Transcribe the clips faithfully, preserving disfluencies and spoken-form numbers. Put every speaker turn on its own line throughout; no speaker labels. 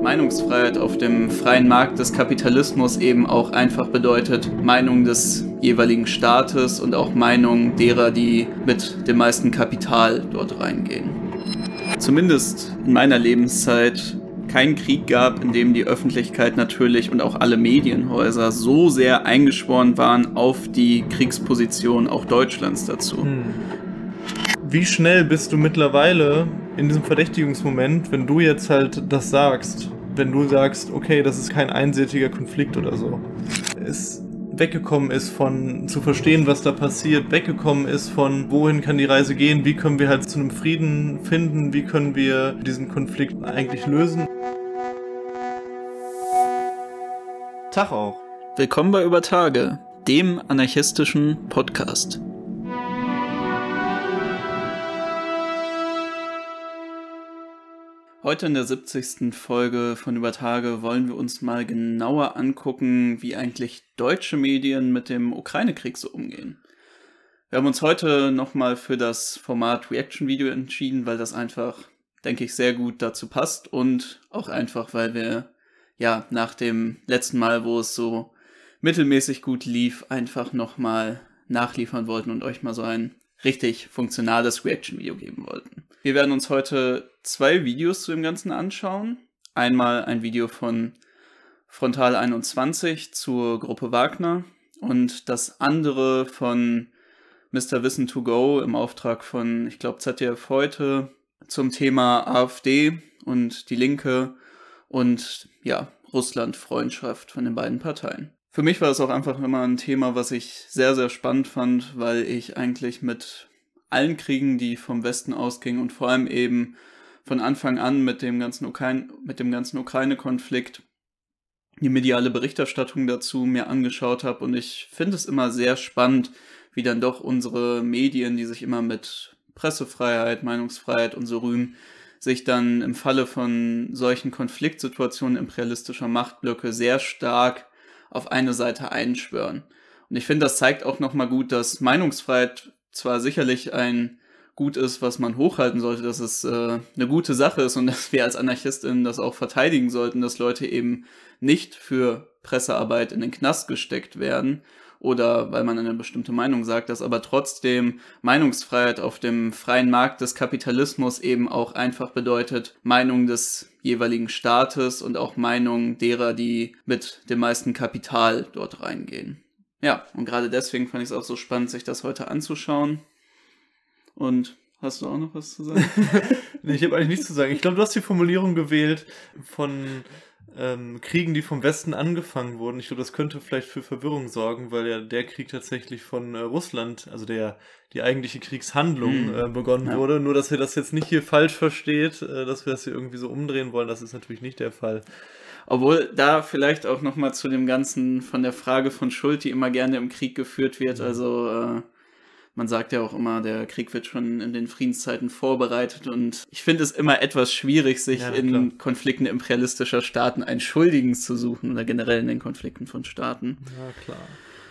Meinungsfreiheit auf dem freien Markt des Kapitalismus eben auch einfach bedeutet, Meinung des jeweiligen Staates und auch Meinung derer, die mit dem meisten Kapital dort reingehen. Zumindest in meiner Lebenszeit keinen Krieg gab, in dem die Öffentlichkeit natürlich und auch alle Medienhäuser so sehr eingeschworen waren auf die Kriegsposition auch Deutschlands dazu.
Hm. Wie schnell bist du mittlerweile in diesem Verdächtigungsmoment, wenn du jetzt halt das sagst, wenn du sagst, okay, das ist kein einseitiger Konflikt oder so, es weggekommen ist von zu verstehen, was da passiert, weggekommen ist von wohin kann die Reise gehen, wie können wir halt zu einem Frieden finden, wie können wir diesen Konflikt eigentlich lösen. Tag auch.
Willkommen bei Über Tage, dem anarchistischen Podcast. Heute in der siebzigsten Folge von Über Tage wollen wir uns mal genauer angucken, wie eigentlich deutsche Medien mit dem Ukraine-Krieg so umgehen. Wir haben uns heute nochmal für das Format Reaction-Video entschieden, weil das einfach, denke ich, sehr gut dazu passt und auch einfach, weil wir ja nach dem letzten Mal, wo es so mittelmäßig gut lief, einfach nochmal nachliefern wollten und euch mal so ein richtig funktionales Reaction-Video geben wollten. Wir werden uns heute zwei Videos zu dem Ganzen anschauen. Einmal ein Video von Frontal einundzwanzig zur Gruppe Wagner und das andere von Mister Wissen to Go im Auftrag von, ich glaube, Z D F heute zum Thema AfD und die Linke und ja, Russland-Freundschaft von den beiden Parteien. Für mich war es auch einfach immer ein Thema, was ich sehr, sehr spannend fand, weil ich eigentlich mit allen Kriegen, die vom Westen ausgingen und vor allem eben von Anfang an mit dem ganzen Ukraine, mit dem ganzen Ukraine-Konflikt die mediale Berichterstattung dazu mir angeschaut habe und ich finde es immer sehr spannend, wie dann doch unsere Medien, die sich immer mit Pressefreiheit, Meinungsfreiheit und so rühmen, sich dann im Falle von solchen Konfliktsituationen imperialistischer Machtblöcke sehr stark auf eine Seite einschwören. Und ich finde, das zeigt auch nochmal gut, dass Meinungsfreiheit zwar sicherlich ein Gut ist, was man hochhalten sollte, dass es äh, eine gute Sache ist und dass wir als AnarchistInnen das auch verteidigen sollten, dass Leute eben nicht für Pressearbeit in den Knast gesteckt werden oder weil man eine bestimmte Meinung sagt, dass aber trotzdem Meinungsfreiheit auf dem freien Markt des Kapitalismus eben auch einfach bedeutet, Meinung des jeweiligen Staates und auch Meinung derer, die mit dem meisten Kapital dort reingehen. Ja, und gerade deswegen fand ich es auch so spannend, sich das heute anzuschauen. Und hast du auch noch was zu sagen?
Nee, ich habe eigentlich nichts zu sagen. Ich glaube, du hast die Formulierung gewählt von ähm, Kriegen, die vom Westen angefangen wurden. Ich glaube, das könnte vielleicht für Verwirrung sorgen, weil ja der Krieg tatsächlich von äh, Russland, also der die eigentliche Kriegshandlung
mhm.
äh, begonnen ja. wurde. Nur, dass ihr das jetzt nicht hier falsch versteht, äh, dass wir das hier irgendwie so umdrehen wollen, das ist natürlich nicht der Fall.
Obwohl da vielleicht auch nochmal zu dem Ganzen von der Frage von Schuld, die immer gerne im Krieg geführt wird, also äh, man sagt ja auch immer, der Krieg wird schon in den Friedenszeiten vorbereitet und ich finde es immer etwas schwierig, sich ja, in klar. Konflikten imperialistischer Staaten einen Schuldigen zu suchen oder generell in den Konflikten von Staaten.
Ja, klar.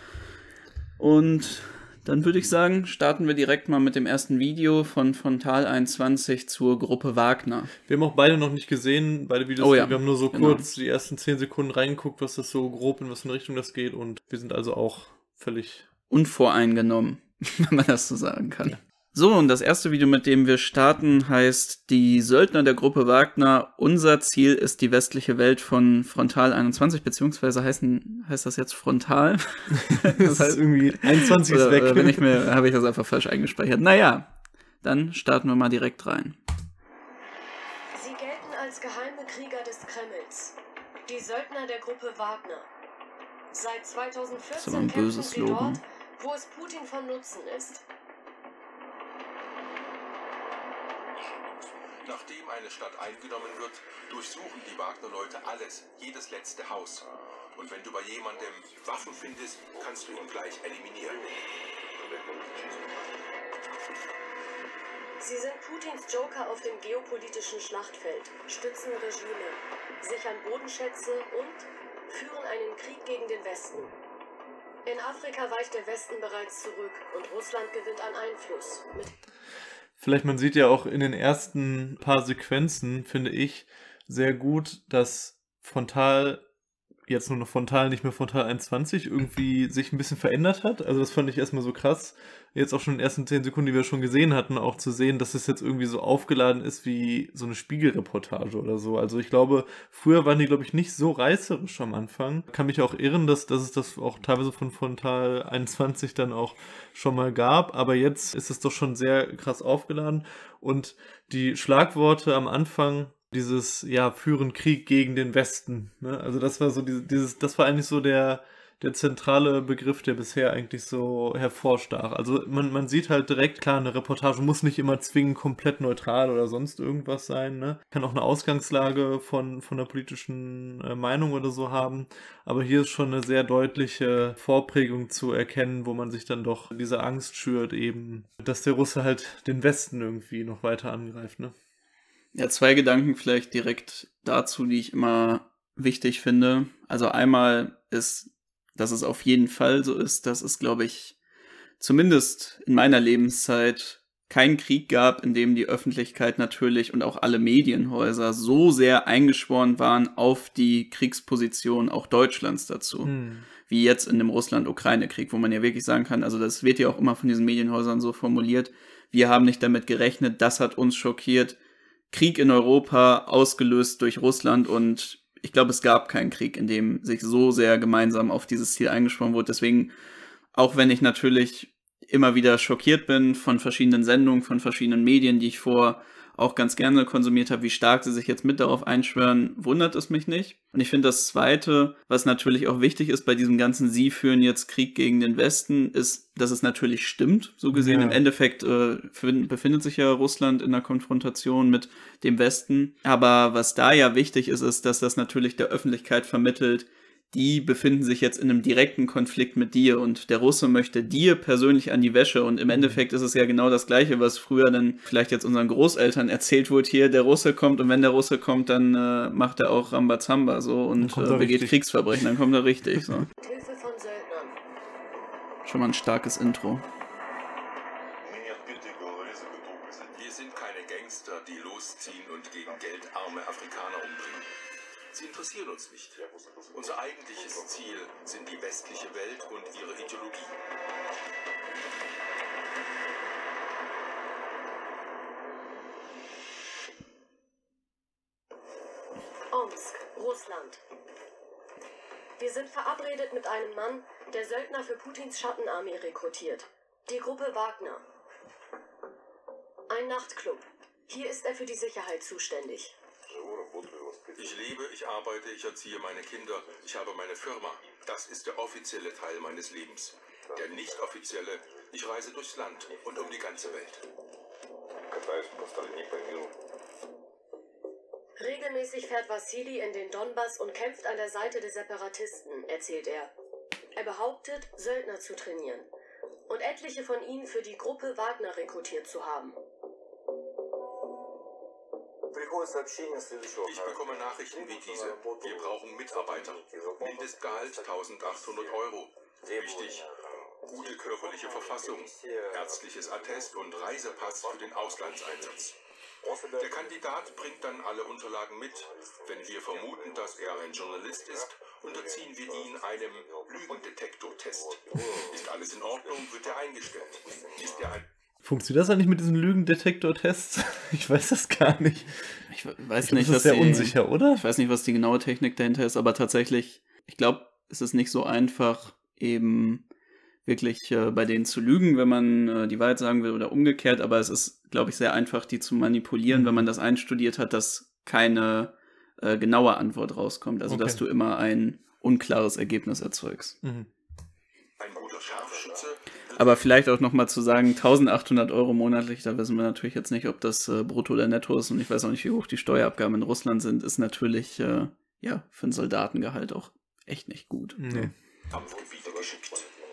Und dann würde ich sagen, starten wir direkt mal mit dem ersten Video von Frontal einundzwanzig zur Gruppe Wagner.
Wir haben auch beide noch nicht gesehen, beide Videos,
oh, ja.
wir haben nur so
genau.
kurz die ersten zehn Sekunden reingeguckt, was das so grob, in was in Richtung das geht und wir sind also auch völlig
unvoreingenommen, wenn man das so sagen kann. Ja. So, und das erste Video, mit dem wir starten, heißt Die Söldner der Gruppe Wagner. Unser Ziel ist die westliche Welt von Frontal einundzwanzig, beziehungsweise heißen, heißt das jetzt Frontal?
Das heißt irgendwie einundzwanzig ist
oder,
weg.
Oder wenn ich mir, habe ich das einfach falsch eingespeichert. Naja, dann starten wir mal direkt rein.
Sie gelten als geheime Krieger des Kremls. Die Söldner der Gruppe Wagner. Seit zweitausendvierzehn kämpfen sie dort, wo es Putin von Nutzen ist.
Nachdem eine Stadt eingenommen wird, durchsuchen die Wagner-Leute alles, jedes letzte Haus. Und wenn du bei jemandem Waffen findest, kannst du ihn gleich eliminieren.
Sie sind Putins Joker auf dem geopolitischen Schlachtfeld, stützen Regime, sichern Bodenschätze und führen einen Krieg gegen den Westen. In Afrika weicht der Westen bereits zurück und Russland gewinnt an Einfluss. Mit
Vielleicht, man sieht ja auch in den ersten paar Sequenzen, finde ich, sehr gut, dass Frontal, jetzt nur noch Frontal, nicht mehr Frontal einundzwanzig, irgendwie sich ein bisschen verändert hat. Also das fand ich erstmal so krass. Jetzt auch schon in den ersten zehn Sekunden, die wir schon gesehen hatten, auch zu sehen, dass es jetzt irgendwie so aufgeladen ist wie so eine Spiegelreportage oder so. Also ich glaube, früher waren die, glaube ich, nicht so reißerisch am Anfang. Kann mich auch irren, dass, dass es das auch teilweise von Frontal einundzwanzig dann auch schon mal gab. Aber jetzt ist es doch schon sehr krass aufgeladen. Und die Schlagworte am Anfang, dieses, ja, führen Krieg gegen den Westen, ne? Also das war so dieses, dieses, das war eigentlich so der, der zentrale Begriff, der bisher eigentlich so hervorstach. Also man, man sieht halt direkt, klar, eine Reportage muss nicht immer zwingend komplett neutral oder sonst irgendwas sein, ne? Kann auch eine Ausgangslage von, von der politischen äh, Meinung oder so haben, aber hier ist schon eine sehr deutliche Vorprägung zu erkennen, wo man sich dann doch diese Angst schürt eben, dass der Russe halt den Westen irgendwie noch weiter angreift, ne?
Ja, zwei Gedanken vielleicht direkt dazu, die ich immer wichtig finde. Also einmal ist, dass es auf jeden Fall so ist, dass es, glaube ich, zumindest in meiner Lebenszeit keinen Krieg gab, in dem die Öffentlichkeit natürlich und auch alle Medienhäuser so sehr eingeschworen waren auf die Kriegsposition auch Deutschlands dazu, hm. wie jetzt in dem Russland-Ukraine-Krieg, wo man ja wirklich sagen kann, also das wird ja auch immer von diesen Medienhäusern so formuliert, wir haben nicht damit gerechnet, das hat uns schockiert, Krieg in Europa, ausgelöst durch Russland, und ich glaube, es gab keinen Krieg, in dem sich so sehr gemeinsam auf dieses Ziel eingeschworen wurde. Deswegen, auch wenn ich natürlich immer wieder schockiert bin von verschiedenen Sendungen, von verschiedenen Medien, die ich vor auch ganz gerne konsumiert habe, wie stark sie sich jetzt mit darauf einschwören, wundert es mich nicht. Und ich finde, das Zweite, was natürlich auch wichtig ist bei diesem ganzen Sie führen jetzt Krieg gegen den Westen, ist, dass es natürlich stimmt. So gesehen, ja. Im Endeffekt äh, befindet sich ja Russland in einer Konfrontation mit dem Westen. Aber was da ja wichtig ist, ist, dass das natürlich der Öffentlichkeit vermittelt, die befinden sich jetzt in einem direkten Konflikt mit dir und der Russe möchte dir persönlich an die Wäsche, und im Endeffekt ist es ja genau das Gleiche, was früher dann vielleicht jetzt unseren Großeltern erzählt wurde, hier der Russe kommt, und wenn der Russe kommt, dann äh, macht er auch Rambazamba so und äh, begeht richtig. Kriegsverbrechen, dann kommt er richtig. So.
Hilfe von Söldnern.
Schon mal ein starkes Intro.
Wir sind keine Gangster, die losziehen und gegen Geld arme Afrikaner umbringen. Sie interessieren uns nicht. Unser eigentliches Ziel sind die westliche Welt und ihre Ideologie.
Omsk, Russland. Wir sind verabredet mit einem Mann, der Söldner für Putins Schattenarmee rekrutiert. Die Gruppe Wagner. Ein Nachtclub. Hier ist er für die Sicherheit zuständig.
Ich lebe, ich arbeite, ich erziehe meine Kinder, ich habe meine Firma. Das ist der offizielle Teil meines Lebens. Der nicht offizielle, ich reise durchs Land und um die ganze Welt.
Regelmäßig fährt Wassili in den Donbass und kämpft an der Seite der Separatisten, erzählt er. Er behauptet, Söldner zu trainieren und etliche von ihnen für die Gruppe Wagner rekrutiert zu haben.
Ich bekomme Nachrichten wie diese. Wir brauchen Mitarbeiter. Mindestgehalt eintausendachthundert Euro. Wichtig, gute körperliche Verfassung, ärztliches Attest und Reisepass für den Auslandseinsatz. Der Kandidat bringt dann alle Unterlagen mit. Wenn wir vermuten, dass er ein Journalist ist, unterziehen wir ihn einem Lügendetektortest. Ist alles in Ordnung, wird er eingestellt. Ist er ein
Funktioniert das eigentlich mit diesen Lügendetektor-Tests? Ich weiß das gar nicht.
Ich weiß
ich
nicht,
glaub, das ist sehr
die,
unsicher, oder?
Ich weiß nicht, was die genaue Technik dahinter ist, aber tatsächlich, ich glaube, es ist nicht so einfach, eben wirklich äh, bei denen zu lügen, wenn man äh, die Wahrheit sagen will oder umgekehrt, aber es ist, glaube ich, sehr einfach, die zu manipulieren, mhm. wenn man das einstudiert hat, dass keine äh, genaue Antwort rauskommt. Also, okay. dass du immer ein unklares Ergebnis erzeugst.
Mhm.
Ein guter Scharfschütze.
Aber vielleicht auch nochmal zu sagen, eintausendachthundert Euro monatlich, da wissen wir natürlich jetzt nicht, ob das äh, brutto oder netto ist, und ich weiß auch nicht, wie hoch die Steuerabgaben in Russland sind, ist natürlich, äh, ja, für ein Soldatengehalt auch echt nicht gut.
Nee.
Kampfgebiete geschickt.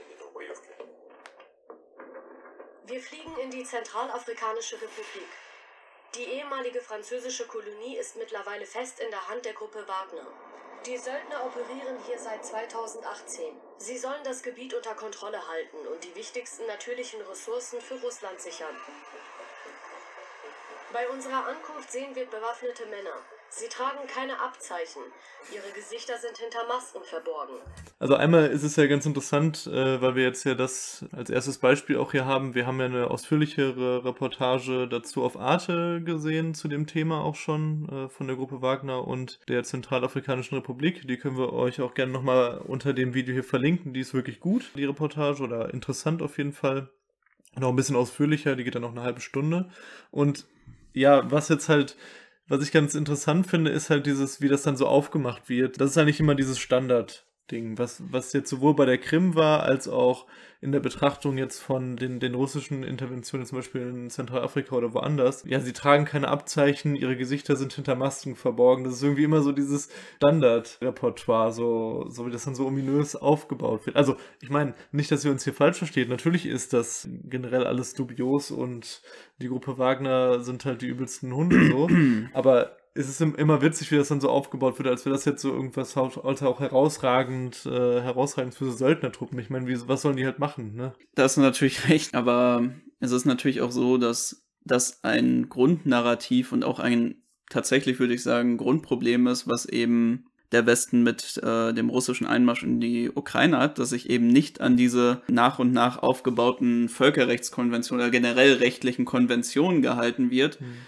Wir fliegen in die Zentralafrikanische Republik. Die ehemalige französische Kolonie ist mittlerweile fest in der Hand der Gruppe Wagner. Die Söldner operieren hier seit zweitausendachtzehn. Sie sollen das Gebiet unter Kontrolle halten und die wichtigsten natürlichen Ressourcen für Russland sichern. Bei unserer Ankunft sehen wir bewaffnete Männer. Sie tragen keine Abzeichen. Ihre Gesichter sind hinter Masken verborgen.
Also einmal ist es ja ganz interessant, äh, weil wir jetzt ja das als erstes Beispiel auch hier haben. Wir haben ja eine ausführlichere Reportage dazu auf Arte gesehen, zu dem Thema auch schon, äh, von der Gruppe Wagner und der Zentralafrikanischen Republik. Die können wir euch auch gerne nochmal unter dem Video hier verlinken. Die ist wirklich gut, die Reportage, oder interessant auf jeden Fall. Noch ein bisschen ausführlicher, die geht dann noch eine halbe Stunde. Und ja, was jetzt halt... Was ich ganz interessant finde, ist halt dieses, wie das dann so aufgemacht wird. Das ist eigentlich immer dieses Standardding, was, was jetzt sowohl bei der Krim war, als auch in der Betrachtung jetzt von den, den russischen Interventionen, zum Beispiel in Zentralafrika oder woanders. Ja, sie tragen keine Abzeichen, ihre Gesichter sind hinter Masken verborgen. Das ist irgendwie immer so dieses Standardrepertoire, so, so wie das dann so ominös aufgebaut wird. Also, ich meine, nicht, dass ihr uns hier falsch versteht. Natürlich ist das generell alles dubios und die Gruppe Wagner sind halt die übelsten Hunde so, aber es ist immer witzig, wie das dann so aufgebaut wird, als wäre das jetzt so irgendwas also auch herausragend, äh, herausragend für so Söldnertruppen. Ich meine, wie, was sollen die halt machen, ne?
Da hast du natürlich recht, aber es ist natürlich auch so, dass das ein Grundnarrativ und auch ein, tatsächlich würde ich sagen, Grundproblem ist, was eben der Westen mit äh, dem russischen Einmarsch in die Ukraine hat, dass sich eben nicht an diese nach und nach aufgebauten Völkerrechtskonventionen oder generell rechtlichen Konventionen gehalten wird, mhm.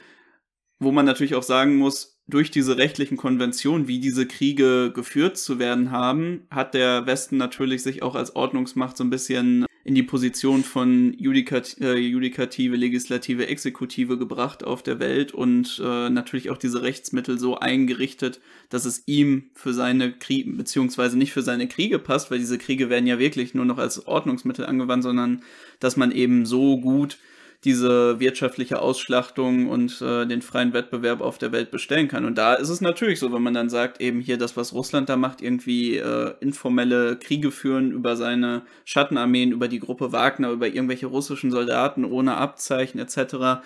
Wo man natürlich auch sagen muss, durch diese rechtlichen Konventionen, wie diese Kriege geführt zu werden haben, hat der Westen natürlich sich auch als Ordnungsmacht so ein bisschen in die Position von Judikat- äh, Judikative, Legislative, Exekutive gebracht auf der Welt und äh, natürlich auch diese Rechtsmittel so eingerichtet, dass es ihm für seine Kriege, beziehungsweise nicht für seine Kriege passt, weil diese Kriege werden ja wirklich nur noch als Ordnungsmittel angewandt, sondern dass man eben so gut diese wirtschaftliche Ausschlachtung und äh, den freien Wettbewerb auf der Welt bestellen kann. Und da ist es natürlich so, wenn man dann sagt, eben hier das, was Russland da macht, irgendwie äh, informelle Kriege führen über seine Schattenarmeen, über die Gruppe Wagner, über irgendwelche russischen Soldaten ohne Abzeichen et cetera,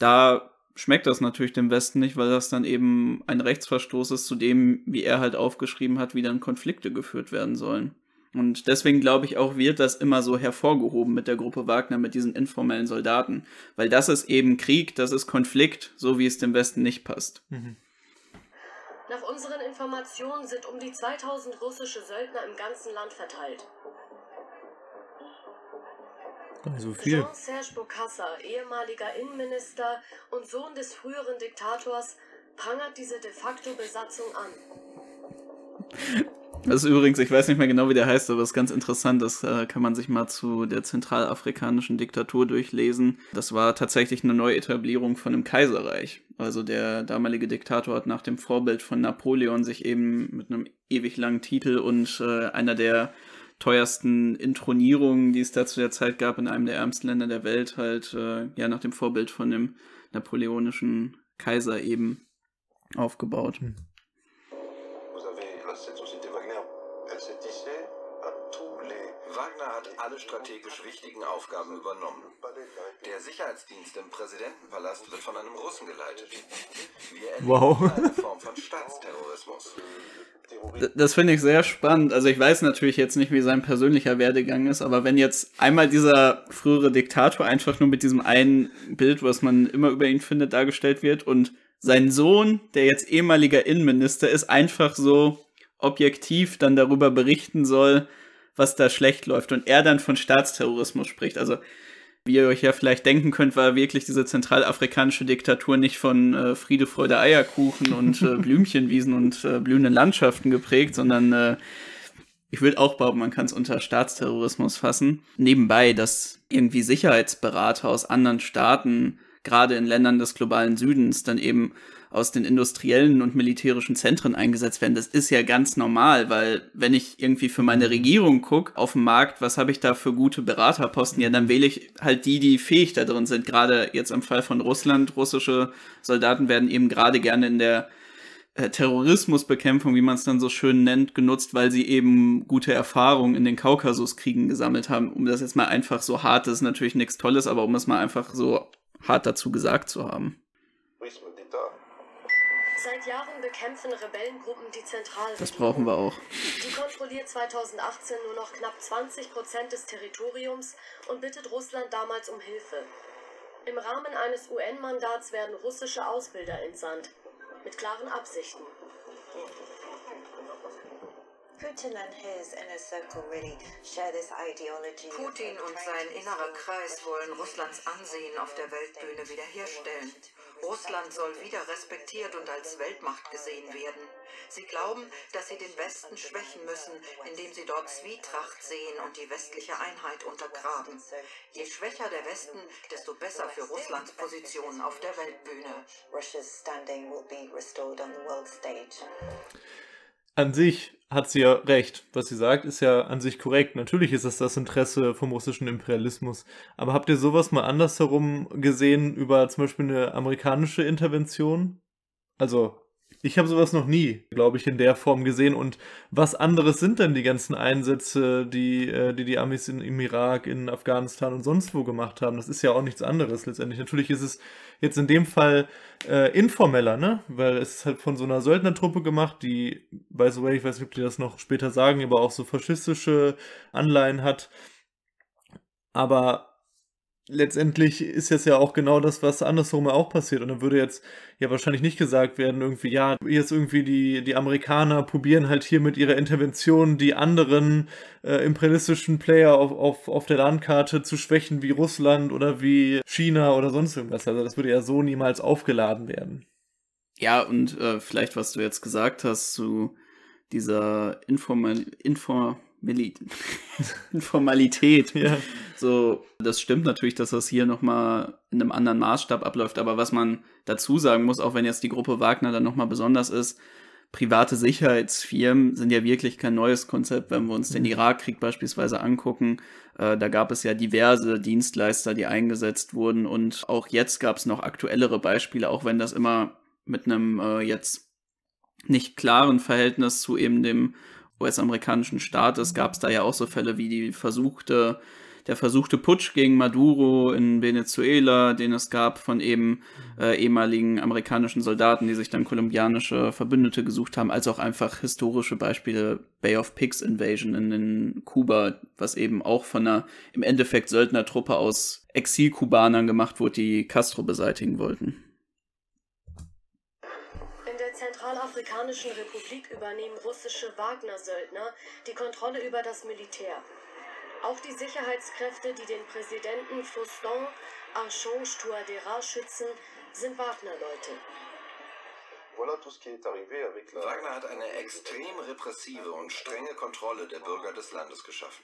da schmeckt das natürlich dem Westen nicht, weil das dann eben ein Rechtsverstoß ist zu dem, wie er halt aufgeschrieben hat, wie dann Konflikte geführt werden sollen. Und deswegen glaube ich auch, wird das immer so hervorgehoben mit der Gruppe Wagner, mit diesen informellen Soldaten. Weil das ist eben Krieg, das ist Konflikt, so wie es dem Westen nicht passt. Mhm.
Nach unseren Informationen sind um die zweitausend russische Söldner im ganzen Land verteilt.
So viel.
Jean-Serge Bokassa, ehemaliger Innenminister und Sohn des früheren Diktators, prangert diese de facto Besatzung an.
Das ist übrigens, ich weiß nicht mehr genau, wie der heißt, aber das ist ganz interessant, das äh, kann man sich mal zu der zentralafrikanischen Diktatur durchlesen. Das war tatsächlich eine Neuetablierung von einem Kaiserreich. Also der damalige Diktator hat nach dem Vorbild von Napoleon sich eben mit einem ewig langen Titel und äh, einer der teuersten Intronierungen, die es da zu der Zeit gab, in einem der ärmsten Länder der Welt, halt äh, ja nach dem Vorbild von dem napoleonischen Kaiser eben aufgebaut. Hm.
Wagner hat alle strategisch wichtigen Aufgaben übernommen. Der Sicherheitsdienst im Präsidentenpalast wird von einem Russen geleitet. Wir erleben
wow.
eine Form von Staatsterrorismus.
Das finde ich sehr spannend. Also ich weiß natürlich jetzt nicht, wie sein persönlicher Werdegang ist, aber wenn jetzt einmal dieser frühere Diktator einfach nur mit diesem einen Bild, was man immer über ihn findet, dargestellt wird und sein Sohn, der jetzt ehemaliger Innenminister ist, einfach so objektiv dann darüber berichten soll, was da schlecht läuft und er dann von Staatsterrorismus spricht. Also wie ihr euch ja vielleicht denken könnt, war wirklich diese zentralafrikanische Diktatur nicht von äh, Friede, Freude, Eierkuchen und äh, Blümchenwiesen und äh, blühenden Landschaften geprägt, sondern äh, ich würde auch behaupten, man kann es unter Staatsterrorismus fassen. Nebenbei, dass irgendwie Sicherheitsberater aus anderen Staaten, gerade in Ländern des globalen Südens, dann eben aus den industriellen und militärischen Zentren eingesetzt werden. Das ist ja ganz normal, weil wenn ich irgendwie für meine Regierung gucke, auf dem Markt, was habe ich da für gute Beraterposten? Ja, dann wähle ich halt die, die fähig da drin sind. Gerade jetzt im Fall von Russland, russische Soldaten werden eben gerade gerne in der äh, Terrorismusbekämpfung, wie man es dann so schön nennt, genutzt, weil sie eben gute Erfahrungen in den Kaukasuskriegen gesammelt haben. Um das jetzt mal einfach so hart, das ist natürlich nichts Tolles, aber um es mal einfach so hart dazu gesagt zu haben.
Seit Jahren bekämpfen Rebellengruppen die Zentralregierung.
Das brauchen wir auch.
Die kontrolliert zweitausendachtzehn nur noch knapp zwanzig Prozent des Territoriums und bittet Russland damals um Hilfe. Im Rahmen eines U N-Mandats werden russische Ausbilder entsandt. mit klaren Absichten.
Putin und sein innerer Kreis wollen Russlands Ansehen auf der Weltbühne wiederherstellen. Russland soll wieder respektiert und als Weltmacht gesehen werden. Sie glauben, dass sie den Westen schwächen müssen, indem sie dort Zwietracht sehen und die westliche Einheit untergraben. Je schwächer der Westen, desto besser für Russlands Position auf der Weltbühne.
An sich hat sie ja recht. Was sie sagt, ist ja an sich korrekt. Natürlich ist es das Interesse vom russischen Imperialismus. Aber habt ihr sowas mal andersherum gesehen über zum Beispiel eine amerikanische Intervention? Also, ich habe sowas noch nie, glaube ich, in der Form gesehen. Und was anderes sind denn die ganzen Einsätze, die äh, die, die Amis in, im Irak, in Afghanistan und sonst wo gemacht haben? Das ist ja auch nichts anderes letztendlich. Natürlich ist es jetzt in dem Fall äh, informeller, ne? Weil es ist halt von so einer Söldnertruppe gemacht, die, by the way, ich weiß nicht, ob die das noch später sagen, aber auch so faschistische Anleihen hat. Aber letztendlich ist jetzt ja auch genau das, was andersherum auch passiert. Und dann würde jetzt ja wahrscheinlich nicht gesagt werden, irgendwie, ja, jetzt irgendwie die, die Amerikaner probieren halt hier mit ihrer Intervention die anderen äh, imperialistischen Player auf, auf, auf der Landkarte zu schwächen, wie Russland oder wie China oder sonst irgendwas. Also das würde ja so niemals aufgeladen werden.
Ja, und äh, vielleicht, was du jetzt gesagt hast zu dieser Informal Inform Informalität.
Ja.
So, das stimmt natürlich, dass das hier nochmal in einem anderen Maßstab abläuft, aber was man dazu sagen muss, auch wenn jetzt die Gruppe Wagner dann nochmal besonders ist, private Sicherheitsfirmen sind ja wirklich kein neues Konzept, wenn wir uns den Irakkrieg beispielsweise angucken. Äh, da gab es ja diverse Dienstleister, die eingesetzt wurden und auch jetzt gab es noch aktuellere Beispiele, auch wenn das immer mit einem äh, jetzt nicht klaren Verhältnis zu eben dem U S-amerikanischen Staat ist, gab es da ja auch so Fälle wie die versuchte, der versuchte Putsch gegen Maduro in Venezuela, den es gab von eben äh, ehemaligen amerikanischen Soldaten, die sich dann kolumbianische Verbündete gesucht haben, als auch einfach historische Beispiele, Bay of Pigs Invasion in, in Kuba, was eben auch von einer im Endeffekt Söldnertruppe aus Exil-Kubanern gemacht wurde, die Castro beseitigen wollten.
In der Zentralafrikanischen Republik übernehmen russische Wagner-Söldner die Kontrolle über das Militär. Auch die Sicherheitskräfte, die den Präsidenten Faustin Archange Touadéra schützen, sind Wagner-Leute.
Wagner hat eine extrem repressive und strenge Kontrolle der Bürger des Landes geschaffen.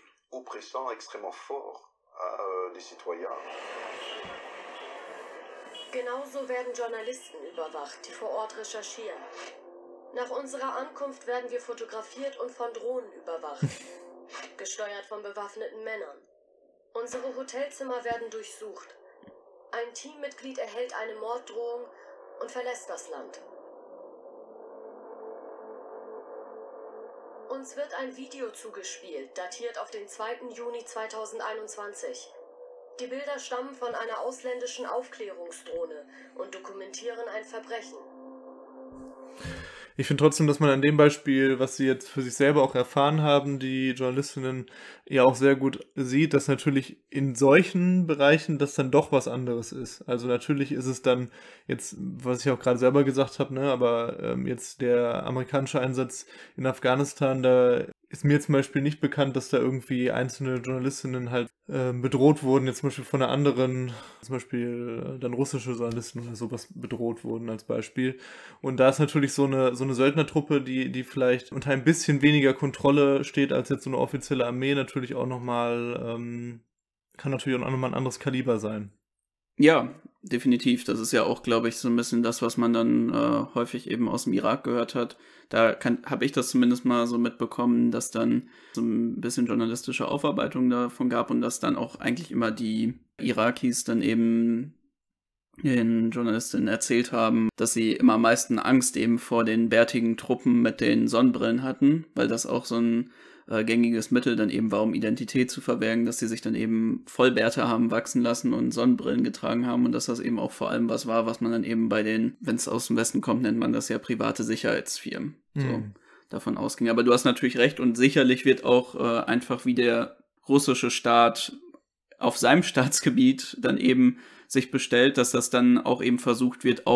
Genauso werden Journalisten überwacht, die vor Ort recherchieren. Nach unserer Ankunft werden wir fotografiert und von Drohnen überwacht, gesteuert von bewaffneten Männern. Unsere Hotelzimmer werden durchsucht. Ein Teammitglied erhält eine Morddrohung und verlässt das Land. Uns wird ein Video zugespielt, datiert auf den zweiten Juni zweitausendeinundzwanzig. Die Bilder stammen von einer ausländischen Aufklärungsdrohne und dokumentieren ein Verbrechen.
Ich finde trotzdem, dass man an dem Beispiel, was sie jetzt für sich selber auch erfahren haben, die Journalistinnen ja auch sehr gut sieht, dass natürlich in solchen Bereichen das dann doch was anderes ist. Also natürlich ist es dann jetzt, was ich auch gerade selber gesagt habe, ne, aber ähm, jetzt der amerikanische Einsatz in Afghanistan, da ist mir zum Beispiel nicht bekannt, dass da irgendwie einzelne Journalistinnen halt äh, bedroht wurden, jetzt zum Beispiel von einer anderen, zum Beispiel äh, dann russische Journalisten oder sowas bedroht wurden als Beispiel. Und da ist natürlich so eine so eine Söldnertruppe, die die vielleicht unter ein bisschen weniger Kontrolle steht als jetzt so eine offizielle Armee, natürlich auch nochmal, ähm, kann natürlich auch nochmal ein anderes Kaliber sein.
Ja, definitiv. Das ist ja auch, glaube ich, so ein bisschen das, was man dann äh, häufig eben aus dem Irak gehört hat. Da habe ich das zumindest mal so mitbekommen, dass dann so ein bisschen journalistische Aufarbeitung davon gab und dass dann auch eigentlich immer die Irakis dann eben den Journalistinnen erzählt haben, dass sie immer am meisten Angst eben vor den bärtigen Truppen mit den Sonnenbrillen hatten, weil das auch so ein äh, gängiges Mittel dann eben war, um Identität zu verbergen, dass sie sich dann eben Vollbärte haben wachsen lassen und Sonnenbrillen getragen haben und dass das eben auch vor allem was war, was man dann eben bei den, wenn es aus dem Westen kommt, nennt man das ja private Sicherheitsfirmen, mhm. so davon ausging. Aber du hast natürlich recht und sicherlich wird auch äh, einfach wie der russische Staat auf seinem Staatsgebiet dann eben sich bestellt, dass das dann auch eben versucht wird, auf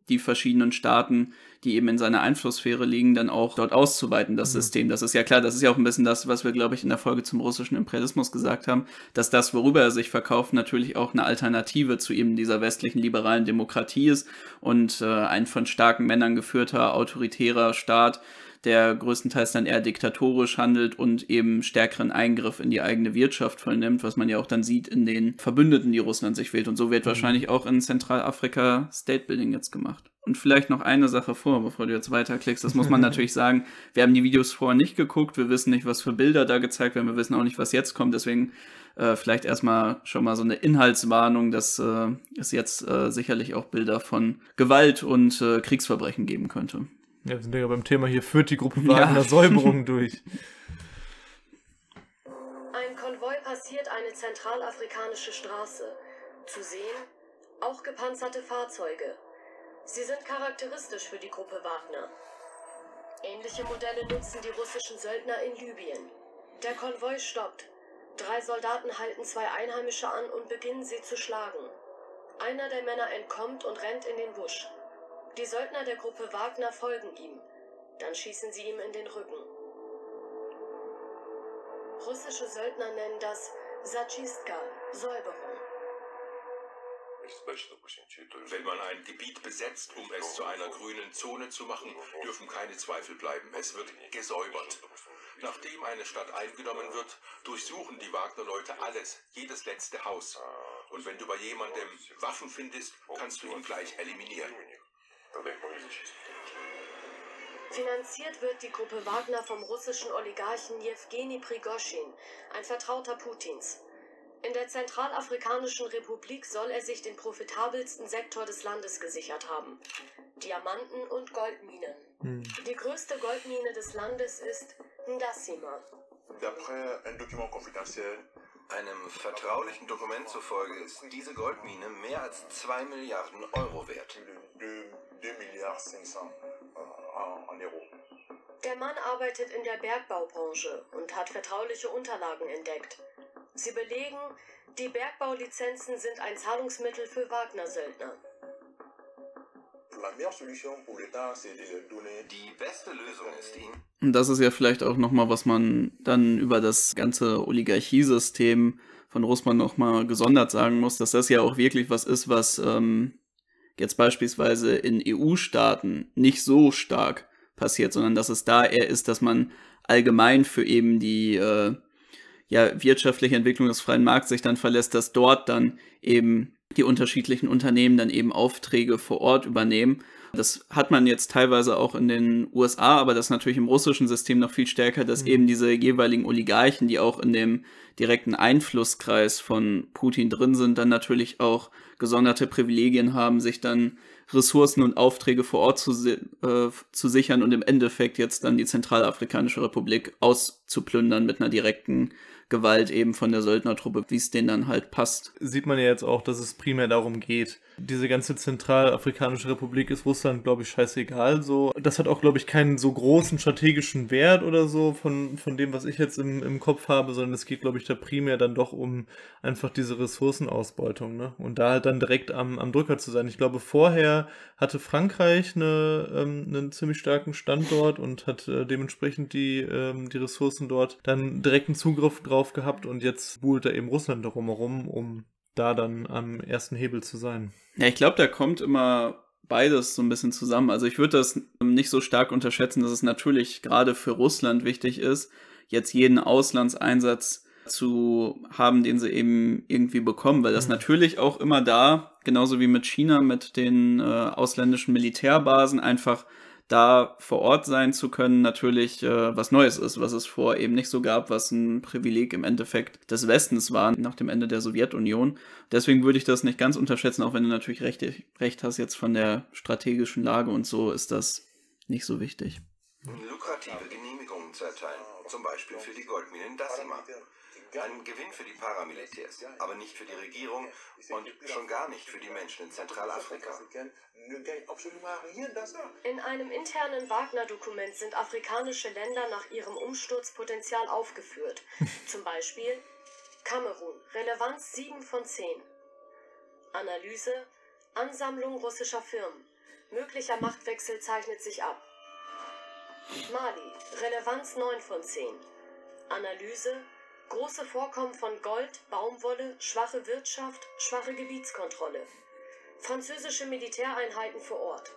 die verschiedenen Staaten, die eben in seiner Einflusssphäre liegen, dann auch dort auszuweiten, das mhm. System. Das ist ja klar, das ist ja auch ein bisschen das, was wir, glaube ich, in der Folge zum russischen Imperialismus gesagt haben, dass das, worüber er sich verkauft, natürlich auch eine Alternative zu eben dieser westlichen liberalen Demokratie ist und äh, ein von starken Männern geführter, autoritärer Staat, der größtenteils dann eher diktatorisch handelt und eben stärkeren Eingriff in die eigene Wirtschaft vollnimmt, was man ja auch dann sieht in den Verbündeten, die Russland sich wählt. Und so wird mhm. wahrscheinlich auch in Zentralafrika State-Building jetzt gemacht. Und vielleicht noch eine Sache vor, bevor du jetzt weiterklickst. Das muss man natürlich sagen, wir haben die Videos vorher nicht geguckt, wir wissen nicht, was für Bilder da gezeigt werden, wir wissen auch nicht, was jetzt kommt, deswegen äh, vielleicht erstmal schon mal so eine Inhaltswarnung, dass äh, es jetzt äh, sicherlich auch Bilder von Gewalt und äh, Kriegsverbrechen geben könnte.
Ja, wir sind ja beim Thema, hier führt die Gruppe Wagner ja. Säuberung durch.
Ein Konvoi passiert eine zentralafrikanische Straße. Zu sehen, auch gepanzerte Fahrzeuge. Sie sind charakteristisch für die Gruppe Wagner. Ähnliche Modelle nutzen die russischen Söldner in Libyen. Der Konvoi stoppt. Drei Soldaten halten zwei Einheimische an und beginnen sie zu schlagen. Einer der Männer entkommt und rennt in den Busch. Die Söldner der Gruppe Wagner folgen ihm. Dann schießen sie ihm in den Rücken. Russische Söldner nennen das Zachystka, Säuberung.
Wenn man ein Gebiet besetzt, um es zu einer grünen Zone zu machen, dürfen keine Zweifel bleiben. Es wird gesäubert. Nachdem eine Stadt eingenommen wird, durchsuchen die Wagner-Leute alles, jedes letzte Haus. Und wenn du bei jemandem Waffen findest, kannst du ihn gleich eliminieren.
Finanziert wird die Gruppe Wagner vom russischen Oligarchen Jewgeni Prigoschin, ein Vertrauter Putins. In der Zentralafrikanischen Republik soll er sich den profitabelsten Sektor des Landes gesichert haben: Diamanten und Goldminen. Hm. Die größte Goldmine des Landes ist Ndasima.
Einem vertraulichen Dokument zufolge ist diese Goldmine mehr als zwei Milliarden Euro wert.
Der Mann arbeitet in der Bergbaubranche und hat vertrauliche Unterlagen entdeckt. Sie belegen, die Bergbaulizenzen sind ein Zahlungsmittel für Wagner-Söldner.
Die beste Lösung ist ihn.
Und das ist ja vielleicht auch nochmal, was man dann über das ganze Oligarchiesystem von Russland nochmal gesondert sagen muss, dass das ja auch wirklich was ist, was ähm, jetzt beispielsweise in E U-Staaten nicht so stark passiert, sondern dass es da eher ist, dass man allgemein für eben die äh, ja, wirtschaftliche Entwicklung des freien Markts sich dann verlässt, dass dort dann eben die unterschiedlichen Unternehmen dann eben Aufträge vor Ort übernehmen. Das hat man jetzt teilweise auch in den U S A, aber das ist natürlich im russischen System noch viel stärker, dass mhm. eben diese jeweiligen Oligarchen, die auch in dem direkten Einflusskreis von Putin drin sind, dann natürlich auch gesonderte Privilegien haben, sich dann Ressourcen und Aufträge vor Ort zu, äh, zu sichern und im Endeffekt jetzt dann die Zentralafrikanische Republik auszuplündern mit einer direkten Gewalt eben von der Söldnertruppe, wie es denen dann halt passt.
Sieht man ja jetzt auch, dass es primär darum geht. Diese ganze Zentralafrikanische Republik ist Russland, glaube ich, scheißegal so. Das hat auch, glaube ich, keinen so großen strategischen Wert oder so von, von dem, was ich jetzt im, im Kopf habe, sondern es geht, glaube ich, da primär dann doch um einfach diese Ressourcenausbeutung, ne? Und da halt dann direkt am, am Drücker zu sein. Ich glaube, vorher hatte Frankreich eine, ähm, einen ziemlich starken Standort und hat äh, dementsprechend die, ähm, die Ressourcen dort dann direkten Zugriff drauf gehabt und jetzt buhlt da eben Russland darum herum, um da dann am ersten Hebel zu sein.
Ja, ich glaube, da kommt immer beides so ein bisschen zusammen. Also ich würde das nicht so stark unterschätzen, dass es natürlich gerade für Russland wichtig ist, jetzt jeden Auslandseinsatz zu haben, den sie eben irgendwie bekommen, weil das mhm. natürlich auch immer da, genauso wie mit China, mit den äh, ausländischen Militärbasen, einfach da vor Ort sein zu können, natürlich äh, was Neues ist, was es vorher eben nicht so gab, was ein Privileg im Endeffekt des Westens war nach dem Ende der Sowjetunion. Deswegen würde ich das nicht ganz unterschätzen, auch wenn du natürlich recht, recht hast, jetzt von der strategischen Lage und so ist das nicht so wichtig.
Lukrative Genehmigungen zu erteilen, zum Beispiel für die Goldmine in Ndasima. Ein Gewinn für die Paramilitärs, aber nicht für die Regierung und schon gar nicht für die Menschen in Zentralafrika.
In einem internen Wagner-Dokument sind afrikanische Länder nach ihrem Umsturzpotenzial aufgeführt. Zum Beispiel Kamerun, Relevanz sieben von zehn. Analyse: Ansammlung russischer Firmen. Möglicher Machtwechsel zeichnet sich ab. Mali, Relevanz neun von zehn. Analyse, große Vorkommen von Gold, Baumwolle, schwache Wirtschaft, schwache Gebietskontrolle. Französische Militäreinheiten vor Ort.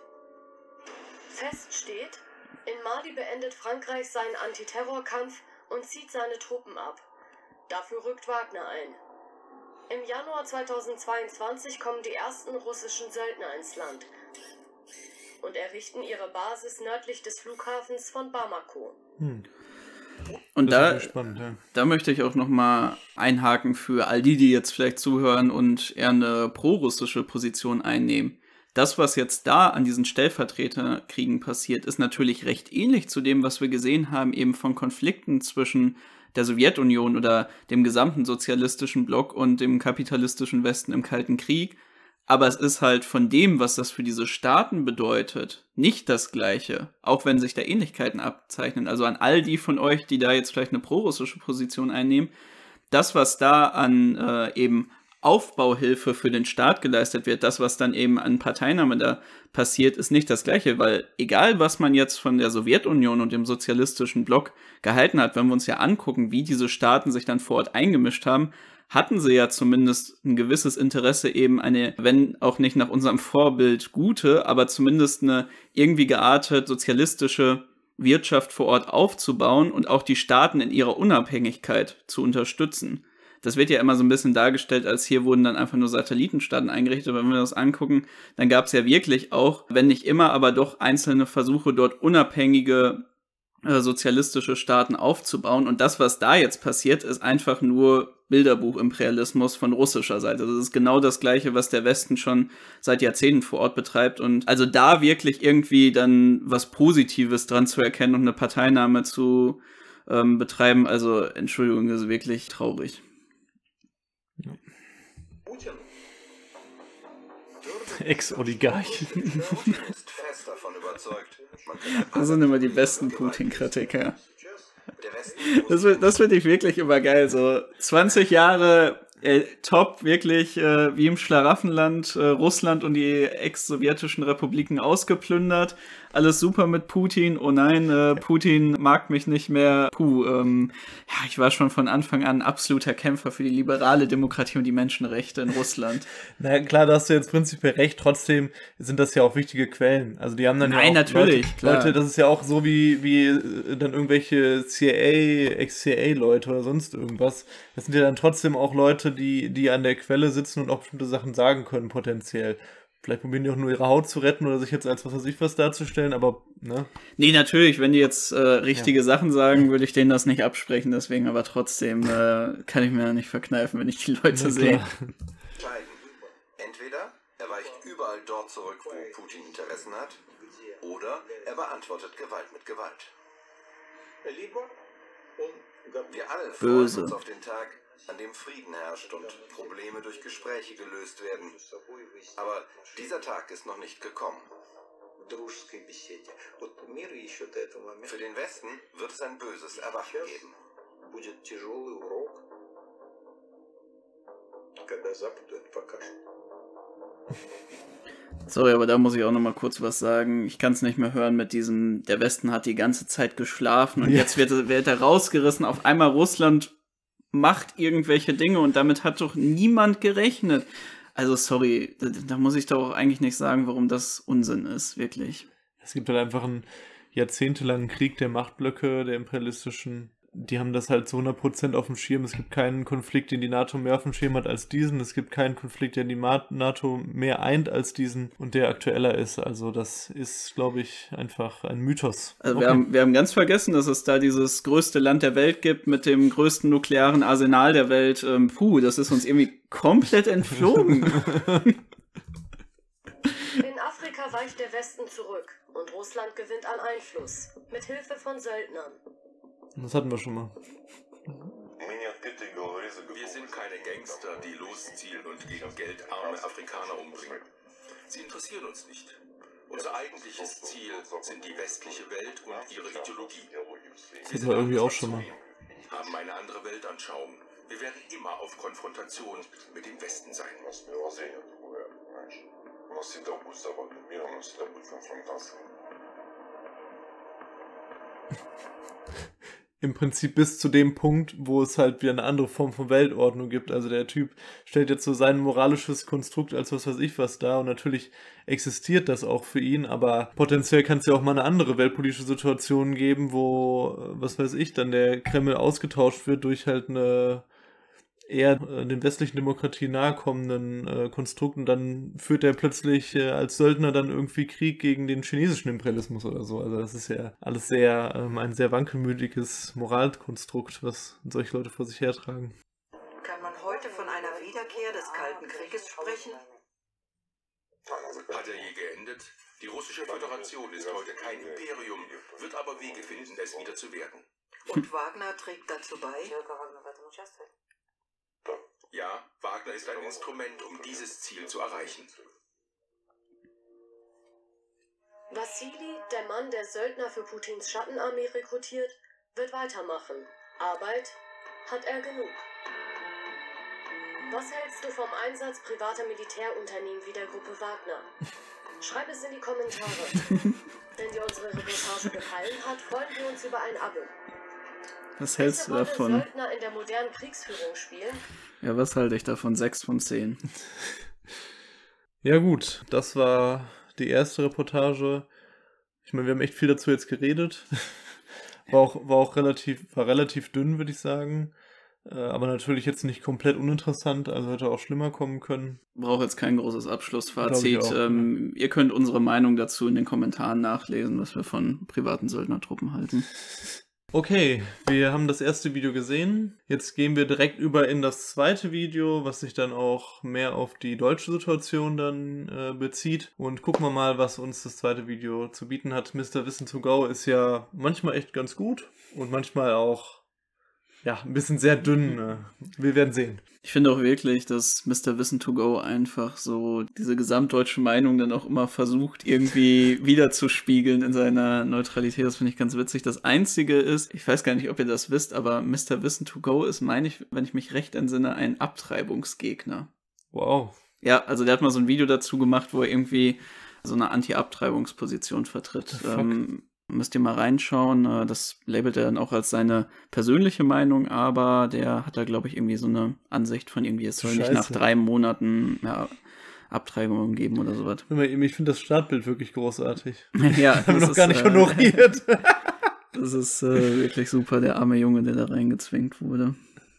Fest steht, in Mali beendet Frankreich seinen Antiterrorkampf und zieht seine Truppen ab. Dafür rückt Wagner ein. Im Januar zweitausendzweiundzwanzig kommen die ersten russischen Söldner ins Land und errichten ihre Basis nördlich des Flughafens von Bamako.
Hm.
Und da,
spannend, ja.
da möchte ich auch nochmal einhaken für all die, die jetzt vielleicht zuhören und eher eine pro-russische Position einnehmen. Das, was jetzt da an diesen Stellvertreterkriegen passiert, ist natürlich recht ähnlich zu dem, was wir gesehen haben, eben von Konflikten zwischen der Sowjetunion oder dem gesamten sozialistischen Block und dem kapitalistischen Westen im Kalten Krieg. Aber es ist halt von dem, was das für diese Staaten bedeutet, nicht das Gleiche, auch wenn sich da Ähnlichkeiten abzeichnen. Also an all die von euch, die da jetzt vielleicht eine pro-russische Position einnehmen, das, was da an äh, eben Aufbauhilfe für den Staat geleistet wird, das, was dann eben an Parteinahme da passiert, ist nicht das Gleiche, weil egal, was man jetzt von der Sowjetunion und dem sozialistischen Block gehalten hat, wenn wir uns ja angucken, wie diese Staaten sich dann vor Ort eingemischt haben, hatten sie ja zumindest ein gewisses Interesse, eben eine, wenn auch nicht nach unserem Vorbild gute, aber zumindest eine irgendwie geartet sozialistische Wirtschaft vor Ort aufzubauen und auch die Staaten in ihrer Unabhängigkeit zu unterstützen. Das wird ja immer so ein bisschen dargestellt, als hier wurden dann einfach nur Satellitenstaaten eingerichtet. Aber wenn wir das angucken, dann gab es ja wirklich auch, wenn nicht immer, aber doch einzelne Versuche, dort unabhängige äh, sozialistische Staaten aufzubauen. Und das, was da jetzt passiert, ist einfach nur Bilderbuchimperialismus von russischer Seite. Das ist genau das Gleiche, was der Westen schon seit Jahrzehnten vor Ort betreibt. Und also da wirklich irgendwie dann was Positives dran zu erkennen und eine Parteinahme zu ähm, betreiben, also Entschuldigung, das ist wirklich traurig.
Ex-Oligarch.
ist fest davon überzeugt, man kann
Das sind immer die besten Putin-Kritiker.
der Westen
Das, das finde ich wirklich immer geil. So zwanzig Jahre äh, top, wirklich äh, wie im Schlaraffenland, äh, Russland und die ex-sowjetischen Republiken ausgeplündert. Alles super mit Putin. Oh nein, äh, Putin mag mich nicht mehr. Puh, ähm, ja, ich war schon von Anfang an absoluter Kämpfer für die liberale Demokratie und die Menschenrechte in Russland.
Na klar, da hast du jetzt prinzipiell recht, trotzdem sind das ja auch wichtige Quellen. Also die haben dann
Nein,
ja auch
natürlich,
Leute,
klar.
Leute, das ist ja auch so wie, wie äh, dann irgendwelche C I A, Ex-C I A-Leute oder sonst irgendwas. Das sind ja dann trotzdem auch Leute, die, die an der Quelle sitzen und auch bestimmte Sachen sagen können, potenziell. Vielleicht probieren die auch nur ihre Haut zu retten oder sich jetzt als was weiß ich was darzustellen, aber, ne?
Nee, natürlich, wenn die jetzt äh, richtige ja. Sachen sagen, würde ich denen das nicht absprechen, deswegen aber trotzdem äh, kann ich mir nicht verkneifen, wenn ich die Leute
Ja,
sehe.
entscheiden. Entweder er weicht überall dort zurück, wo Putin Interessen hat, oder er beantwortet Gewalt mit Gewalt. Wir alle freuen
Böse.
uns auf den Tag, an dem Frieden herrscht und Probleme durch Gespräche gelöst werden. Aber dieser Tag ist noch nicht gekommen. Für den Westen wird es ein böses Erwachen geben.
Sorry, aber da muss ich auch noch mal kurz was sagen. Ich kann es nicht mehr hören mit diesem, der Westen hat die ganze Zeit geschlafen und
Ja.
jetzt wird, wird er rausgerissen. Auf einmal Russland macht irgendwelche Dinge und damit hat doch niemand gerechnet. Also sorry, da, da muss ich doch auch eigentlich nicht sagen, warum das Unsinn ist, wirklich.
Es gibt halt einfach einen jahrzehntelangen Krieg der Machtblöcke, der imperialistischen. Die haben das halt zu hundert Prozent auf dem Schirm. Es gibt keinen Konflikt, den die NATO mehr auf dem Schirm hat als diesen. Es gibt keinen Konflikt, den die Ma- NATO mehr eint als diesen und der aktueller ist. Also das ist, glaube ich, einfach ein Mythos.
Also
Okay.
wir, haben, wir haben ganz vergessen, dass es da dieses größte Land der Welt gibt mit dem größten nuklearen Arsenal der Welt. Ähm, puh, das ist uns irgendwie komplett entflogen.
In Afrika weicht der Westen zurück und Russland gewinnt an Einfluss, mit Hilfe von Söldnern.
Das hatten wir schon mal.
Wir sind keine Gangster, die losziehen und gegen Geld arme Afrikaner umbringen. Sie interessieren uns nicht. Unser eigentliches Ziel sind die westliche Welt und ihre Ideologie.
Das hatten wir irgendwie auch schon mal.
Haben eine andere Weltanschauung. Wir werden immer auf Konfrontation mit dem Westen sein.
Im Prinzip bis zu dem Punkt, wo es halt wieder eine andere Form von Weltordnung gibt. Also der Typ stellt jetzt so sein moralisches Konstrukt als was weiß ich was dar und natürlich existiert das auch für ihn, aber potenziell kann es ja auch mal eine andere weltpolitische Situation geben, wo, was weiß ich, dann der Kreml ausgetauscht wird durch halt eine eher äh, den westlichen Demokratien nahekommenden äh, Konstrukt und dann führt er plötzlich äh, als Söldner dann irgendwie Krieg gegen den chinesischen Imperialismus oder so. Also das ist ja alles sehr, ähm, ein sehr wankelmütiges Moralkonstrukt, was solche Leute vor sich hertragen.
Kann man heute von einer Wiederkehr des Kalten Krieges sprechen?
Hat er je geendet? Die russische Föderation ist heute kein Imperium, wird aber Wege finden, es wieder zu werden.
Und Wagner trägt dazu bei?
Ja, Wagner ist ein Instrument, um dieses Ziel zu erreichen.
Wassili, der Mann, der Söldner für Putins Schattenarmee rekrutiert, wird weitermachen. Arbeit hat er genug. Was hältst du vom Einsatz privater Militärunternehmen wie der Gruppe Wagner? Schreib es in die Kommentare. Wenn dir unsere Reportage gefallen hat, freuen wir uns über ein Abo.
Was hältst du davon?
Söldner in der modernen Kriegsführung spielen?
Ja, was halte ich davon? Sechs von zehn.
Ja gut, das war die erste Reportage. Ich meine, wir haben echt viel dazu jetzt geredet. War auch, war auch relativ, war relativ dünn, würde ich sagen. Aber natürlich jetzt nicht komplett uninteressant, also hätte auch schlimmer kommen können.
Brauche jetzt kein großes Abschlussfazit.
Auch,
ähm,
ja.
Ihr könnt unsere Meinung dazu in den Kommentaren nachlesen, was wir von privaten Söldnertruppen halten.
Okay, wir haben das erste Video gesehen. Jetzt gehen wir direkt über in das zweite Video, was sich dann auch mehr auf die deutsche Situation dann äh, bezieht. Und gucken wir mal, was uns das zweite Video zu bieten hat. Mister Wissen to Go ist ja manchmal echt ganz gut und manchmal auch ja, ein bisschen sehr dünn. Äh. Wir werden sehen.
Ich finde auch wirklich, dass Mister Wissen to Go einfach so diese gesamtdeutsche Meinung dann auch immer versucht, irgendwie wiederzuspiegeln in seiner Neutralität. Das finde ich ganz witzig. Das Einzige ist, ich weiß gar nicht, ob ihr das wisst, aber Mister Wissen to Go ist, meine ich, wenn ich mich recht entsinne, ein Abtreibungsgegner.
Wow.
Ja, also der hat mal so ein Video dazu gemacht, wo er irgendwie so eine Anti-Abtreibungsposition vertritt. Ähm, müsst ihr mal reinschauen. Das labelt er dann auch als seine persönliche Meinung, aber der hat da, glaube ich, irgendwie so eine Ansicht von irgendwie, es soll
Scheiße.
nicht nach drei Monaten ja, Abtreibungen geben oder sowas.
Ich finde das Startbild wirklich großartig.
Ja,
haben wir noch
ist,
gar nicht
äh,
honoriert.
Das ist äh, wirklich super, der arme Junge, der da reingezwängt wurde.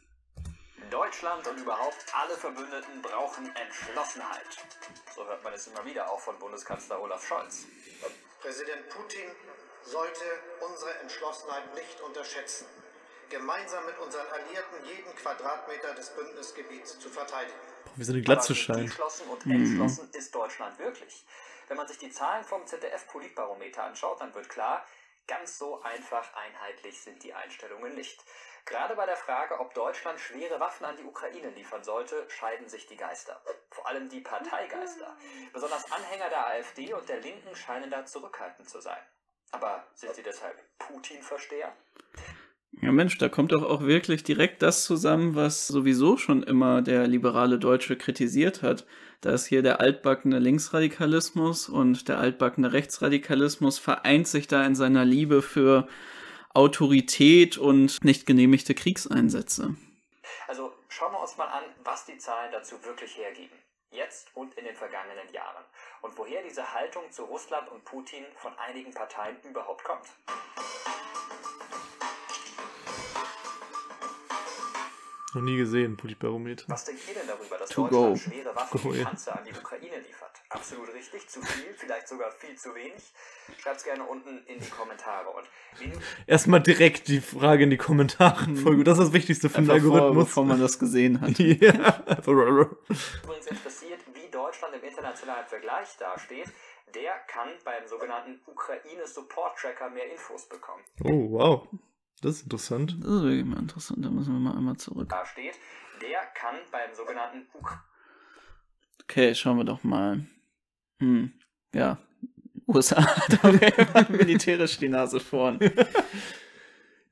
Deutschland und überhaupt alle Verbündeten brauchen Entschlossenheit. So hört man es immer wieder, auch von Bundeskanzler Olaf Scholz.
Präsident Putin sollte unsere Entschlossenheit nicht unterschätzen, gemeinsam mit unseren Alliierten jeden Quadratmeter des Bündnisgebiets zu verteidigen.
Wie so eine Glatze
Aber
scheint.
entschlossen und entschlossen mhm. ist Deutschland wirklich. Wenn man sich die Zahlen vom Z D F-Politbarometer anschaut, dann wird klar, ganz so einfach einheitlich sind die Einstellungen nicht. Gerade bei der Frage, ob Deutschland schwere Waffen an die Ukraine liefern sollte, scheiden sich die Geister. Vor allem die Parteigeister. Besonders Anhänger der AfD und der Linken scheinen da zurückhaltend zu sein. Aber sind sie deshalb Putin-Versteher?
Ja Mensch, da kommt doch auch wirklich direkt das zusammen, was sowieso schon immer der liberale Deutsche kritisiert hat. Da ist hier der altbackene Linksradikalismus und der altbackene Rechtsradikalismus vereint sich da in seiner Liebe für Autorität und nicht genehmigte Kriegseinsätze.
Also schauen wir uns mal an, was die Zahlen dazu wirklich hergeben. Jetzt und in den vergangenen Jahren. Und woher diese Haltung zu Russland und Putin von einigen Parteien überhaupt kommt.
Noch nie gesehen, Politbarometer.
Was denkt ihr denn darüber, dass
To
Deutschland
go.
schwere Waffen
Go,
und
ja.
Panzer an die Ukraine liefert? Absolut richtig, zu viel, vielleicht sogar viel zu wenig? Schreibt's gerne unten in die Kommentare. Und wen
Erstmal direkt die Frage in die Kommentare. Voll gut. Das ist das Wichtigste für den
Einfach vor,
Algorithmus.
bevor man das gesehen hat.
Ja.
übrigens interessiert, wie Deutschland im internationalen Vergleich dasteht, der kann beim sogenannten Ukraine-Support-Tracker mehr Infos bekommen.
Oh, wow. Das ist interessant.
Das ist wirklich mal interessant, da müssen wir mal einmal zurück.
Da steht, der kann beim sogenannten Ukraine
Okay, schauen wir doch mal. Hm, ja. U S A hat auf jeden Fall militärisch die Nase vorn.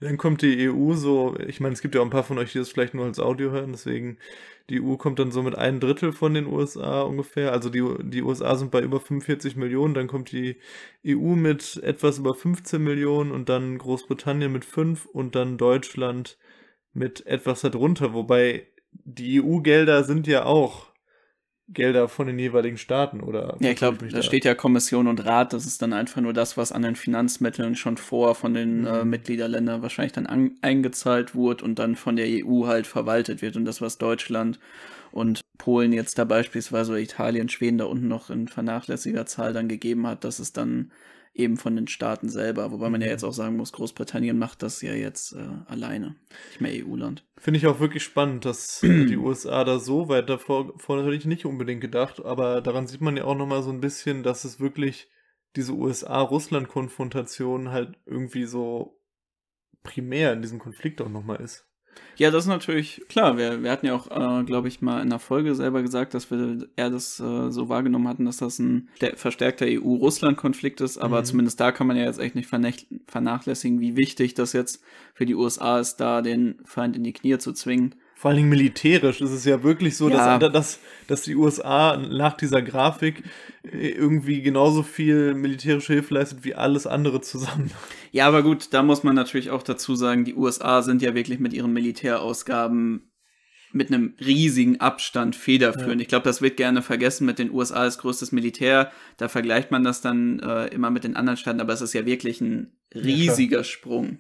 Dann kommt die E U so, ich meine, es gibt ja auch ein paar von euch, die das vielleicht nur als Audio hören, deswegen, die E U kommt dann so mit einem Drittel von den U S A ungefähr, also die, die U S A sind bei über fünfundvierzig Millionen, dann kommt die E U mit etwas über fünfzehn Millionen und dann Großbritannien mit fünf und dann Deutschland mit etwas darunter, wobei die E U-Gelder sind ja auch Gelder von den jeweiligen Staaten, oder?
Ja, ich glaube, da steht ja Kommission und Rat, das ist dann einfach nur das, was an den Finanzmitteln schon vor von den mhm. äh, Mitgliederländern wahrscheinlich dann an, eingezahlt wurde und dann von der E U halt verwaltet wird. Und das, was Deutschland und Polen jetzt da beispielsweise, oder Italien, Schweden da unten noch in vernachlässiger Zahl dann gegeben hat, das ist dann eben von den Staaten selber. Wobei man ja jetzt auch sagen muss, Großbritannien macht das ja jetzt äh, alleine, nicht mehr E U-Land.
Finde ich auch wirklich spannend, dass die U S A da so weit davor, vorher hätte ich nicht unbedingt gedacht, aber daran sieht man ja auch nochmal so ein bisschen, dass es wirklich diese U S A-Russland-Konfrontation halt irgendwie so primär in diesem Konflikt auch nochmal ist.
Ja, das ist natürlich klar. Wir, wir hatten ja auch, äh, glaube ich, mal in einer Folge selber gesagt, dass wir eher das äh, so wahrgenommen hatten, dass das ein verstärkter E U-Russland-Konflikt ist. Aber mhm. zumindest da kann man ja jetzt echt nicht vernachlässigen, wie wichtig das jetzt für die U S A ist, da den Feind in die Knie zu zwingen.
Vor allen Dingen militärisch ist es ja wirklich so, ja. dass, dass, dass die U S A nach dieser Grafik irgendwie genauso viel militärische Hilfe leistet wie alles andere zusammen.
Ja, aber gut, da muss man natürlich auch dazu sagen, die U S A sind ja wirklich mit ihren Militärausgaben mit einem riesigen Abstand federführend. Ja. Ich glaube, das wird gerne vergessen mit den U S A als größtes Militär. Da vergleicht man das dann äh, immer mit den anderen Staaten, aber es ist ja wirklich ein riesiger ja, Sprung.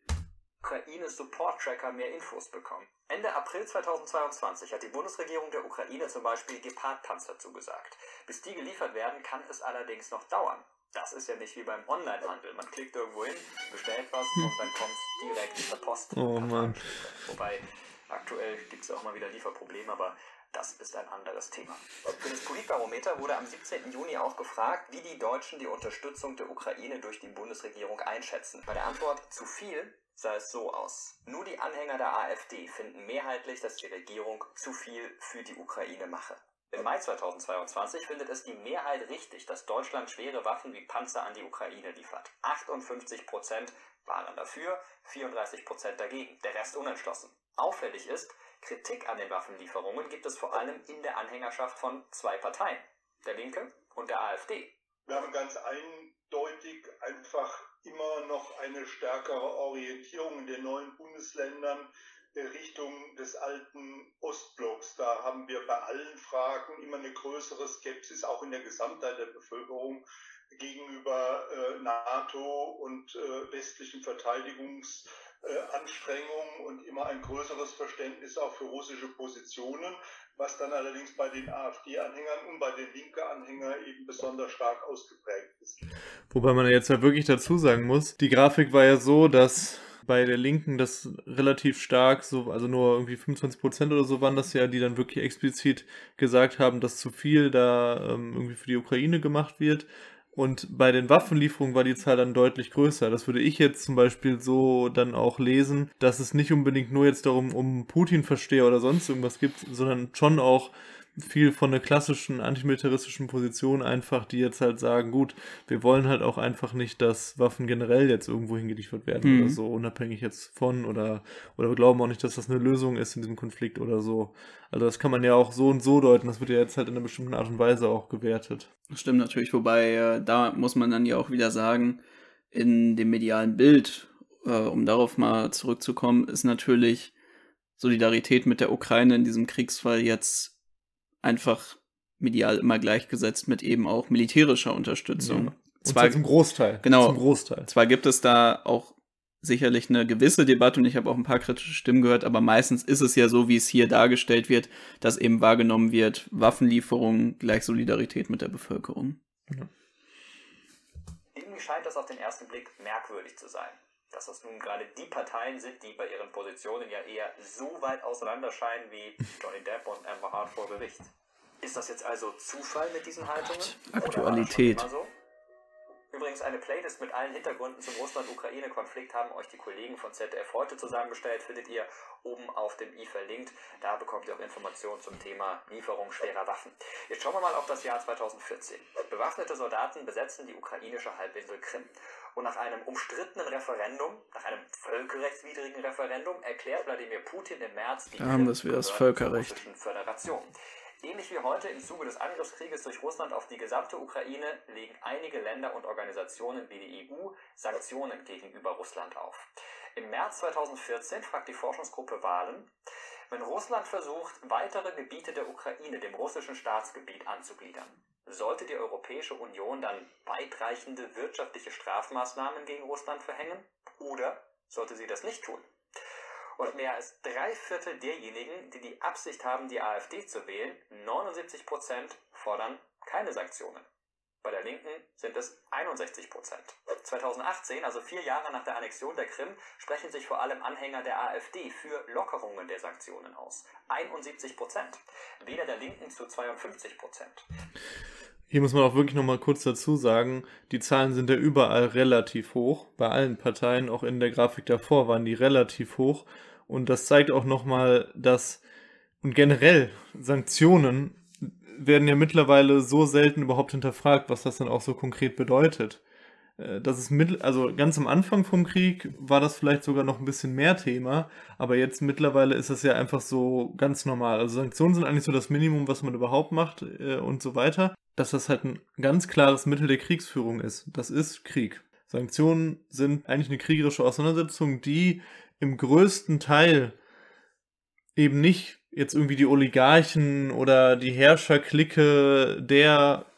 Ukraine-Support-Tracker mehr Infos bekommen. Ende April zweitausendzweiundzwanzig hat die Bundesregierung der Ukraine zum Beispiel Gepard-Panzer zugesagt. Bis die geliefert werden, kann es allerdings noch dauern. Das ist ja nicht wie beim Onlinehandel. Man klickt irgendwo hin, bestellt was hm. und dann kommt es direkt per Post.
Oh Mann.
Wobei, aktuell gibt es auch mal wieder Lieferprobleme, aber das ist ein anderes Thema. Für das Politbarometer wurde am siebzehnten Juni auch gefragt, wie die Deutschen die Unterstützung der Ukraine durch die Bundesregierung einschätzen. Bei der Antwort zu viel sah es so aus. Nur die Anhänger der AfD finden mehrheitlich, dass die Regierung zu viel für die Ukraine mache. Im Mai zweitausendzweiundzwanzig findet es die Mehrheit richtig, dass Deutschland schwere Waffen wie Panzer an die Ukraine liefert. achtundfünfzig Prozent waren dafür, vierunddreißig Prozent dagegen, der Rest unentschlossen. Auffällig ist, Kritik an den Waffenlieferungen gibt es vor allem in der Anhängerschaft von zwei Parteien, der Linke und der AfD.
Wir haben ganz eindeutig einfach immer noch eine stärkere Orientierung in den neuen Bundesländern Richtung des alten Ostblocks. Da haben wir bei allen Fragen immer eine größere Skepsis, auch in der Gesamtheit der Bevölkerung, gegenüber äh, NATO und äh, westlichen Verteidigungsanstrengungen äh, und immer ein größeres Verständnis auch für russische Positionen, was dann allerdings bei den AfD-Anhängern und bei den Linke-Anhängern eben besonders stark ausgeprägt ist.
Wobei man jetzt ja wirklich dazu sagen muss, die Grafik war ja so, dass bei der Linken das relativ stark, so, also nur irgendwie fünfundzwanzig Prozent oder so waren das ja, die dann wirklich explizit gesagt haben, dass zu viel da ähm, irgendwie für die Ukraine gemacht wird. Und bei den Waffenlieferungen war die Zahl dann deutlich größer. Das würde ich jetzt zum Beispiel so dann auch lesen, dass es nicht unbedingt nur jetzt darum, um Putin-Versteher oder sonst irgendwas gibt, sondern schon auch viel von der klassischen antimilitaristischen Position einfach, die jetzt halt sagen, gut, wir wollen halt auch einfach nicht, dass Waffen generell jetzt irgendwo hingeliefert werden mhm. oder so, unabhängig jetzt von oder oder wir glauben auch nicht, dass das eine Lösung ist in diesem Konflikt oder so. Also das kann man ja auch so und so deuten, das wird ja jetzt halt in einer bestimmten Art und Weise auch gewertet.
Das stimmt natürlich, wobei äh, da muss man dann ja auch wieder sagen, in dem medialen Bild, äh, um darauf mal zurückzukommen, ist natürlich Solidarität mit der Ukraine in diesem Kriegsfall jetzt einfach medial immer gleichgesetzt mit eben auch militärischer Unterstützung.
Ja. Und zwar zum Großteil.
Genau.
Zum Großteil.
Zwar gibt es da auch sicherlich eine gewisse Debatte und ich habe auch ein paar kritische Stimmen gehört, aber meistens ist es ja so, wie es hier dargestellt wird, dass eben wahrgenommen wird, Waffenlieferung gleich Solidarität mit der Bevölkerung.
Ja. Irgendwie scheint das auf den ersten Blick merkwürdig zu sein, dass das nun gerade die Parteien sind, die bei ihren Positionen ja eher so weit auseinander scheinen wie Johnny Depp und Amber Heard vor Gericht. Ist das jetzt also Zufall mit diesen Haltungen?
Aktualität.
So? Übrigens eine Playlist mit allen Hintergründen zum Russland-Ukraine-Konflikt haben euch die Kollegen von Z D F heute zusammengestellt, findet ihr oben auf dem i verlinkt. Da bekommt ihr auch Informationen zum Thema Lieferung schwerer Waffen. Jetzt schauen wir mal auf das Jahr zweitausendvierzehn. Bewaffnete Soldaten besetzen die ukrainische Halbinsel Krim. Und nach einem umstrittenen Referendum, nach einem völkerrechtswidrigen Referendum, erklärt Wladimir Putin im März die
Krim das wäre das Völkerrecht.
zur Russischen Föderation. Ähnlich wie heute im Zuge des Angriffskrieges durch Russland auf die gesamte Ukraine legen einige Länder und Organisationen wie die E U Sanktionen gegenüber Russland auf. Im März zweitausendvierzehn fragt die Forschungsgruppe Wahlen, wenn Russland versucht, weitere Gebiete der Ukraine dem russischen Staatsgebiet anzugliedern, sollte die Europäische Union dann weitreichende wirtschaftliche Strafmaßnahmen gegen Russland verhängen oder sollte sie das nicht tun? Und mehr als drei Viertel derjenigen, die die Absicht haben, die AfD zu wählen, neunundsiebzig Prozent fordern keine Sanktionen. Bei der Linken sind es einundsechzig Prozent. zweitausendachtzehn, also vier Jahre nach der Annexion der Krim, sprechen sich vor allem Anhänger der AfD für Lockerungen der Sanktionen aus. einundsiebzig Prozent. Wähler der Linken zu zweiundfünfzig Prozent.
Hier muss man auch wirklich nochmal kurz dazu sagen, die Zahlen sind ja überall relativ hoch. Bei allen Parteien, auch in der Grafik davor, waren die relativ hoch. Und das zeigt auch nochmal, dass, und generell, Sanktionen werden ja mittlerweile so selten überhaupt hinterfragt, was das dann auch so konkret bedeutet. Das ist mit, also ganz am Anfang vom Krieg war das vielleicht sogar noch ein bisschen mehr Thema, aber jetzt mittlerweile ist es ja einfach so ganz normal. Also Sanktionen sind eigentlich so das Minimum, was man überhaupt macht äh, und so weiter. Dass das halt ein ganz klares Mittel der Kriegsführung ist. Das ist Krieg. Sanktionen sind eigentlich eine kriegerische Auseinandersetzung, die im größten Teil eben nicht jetzt irgendwie die Oligarchen oder die Herrscherklicke der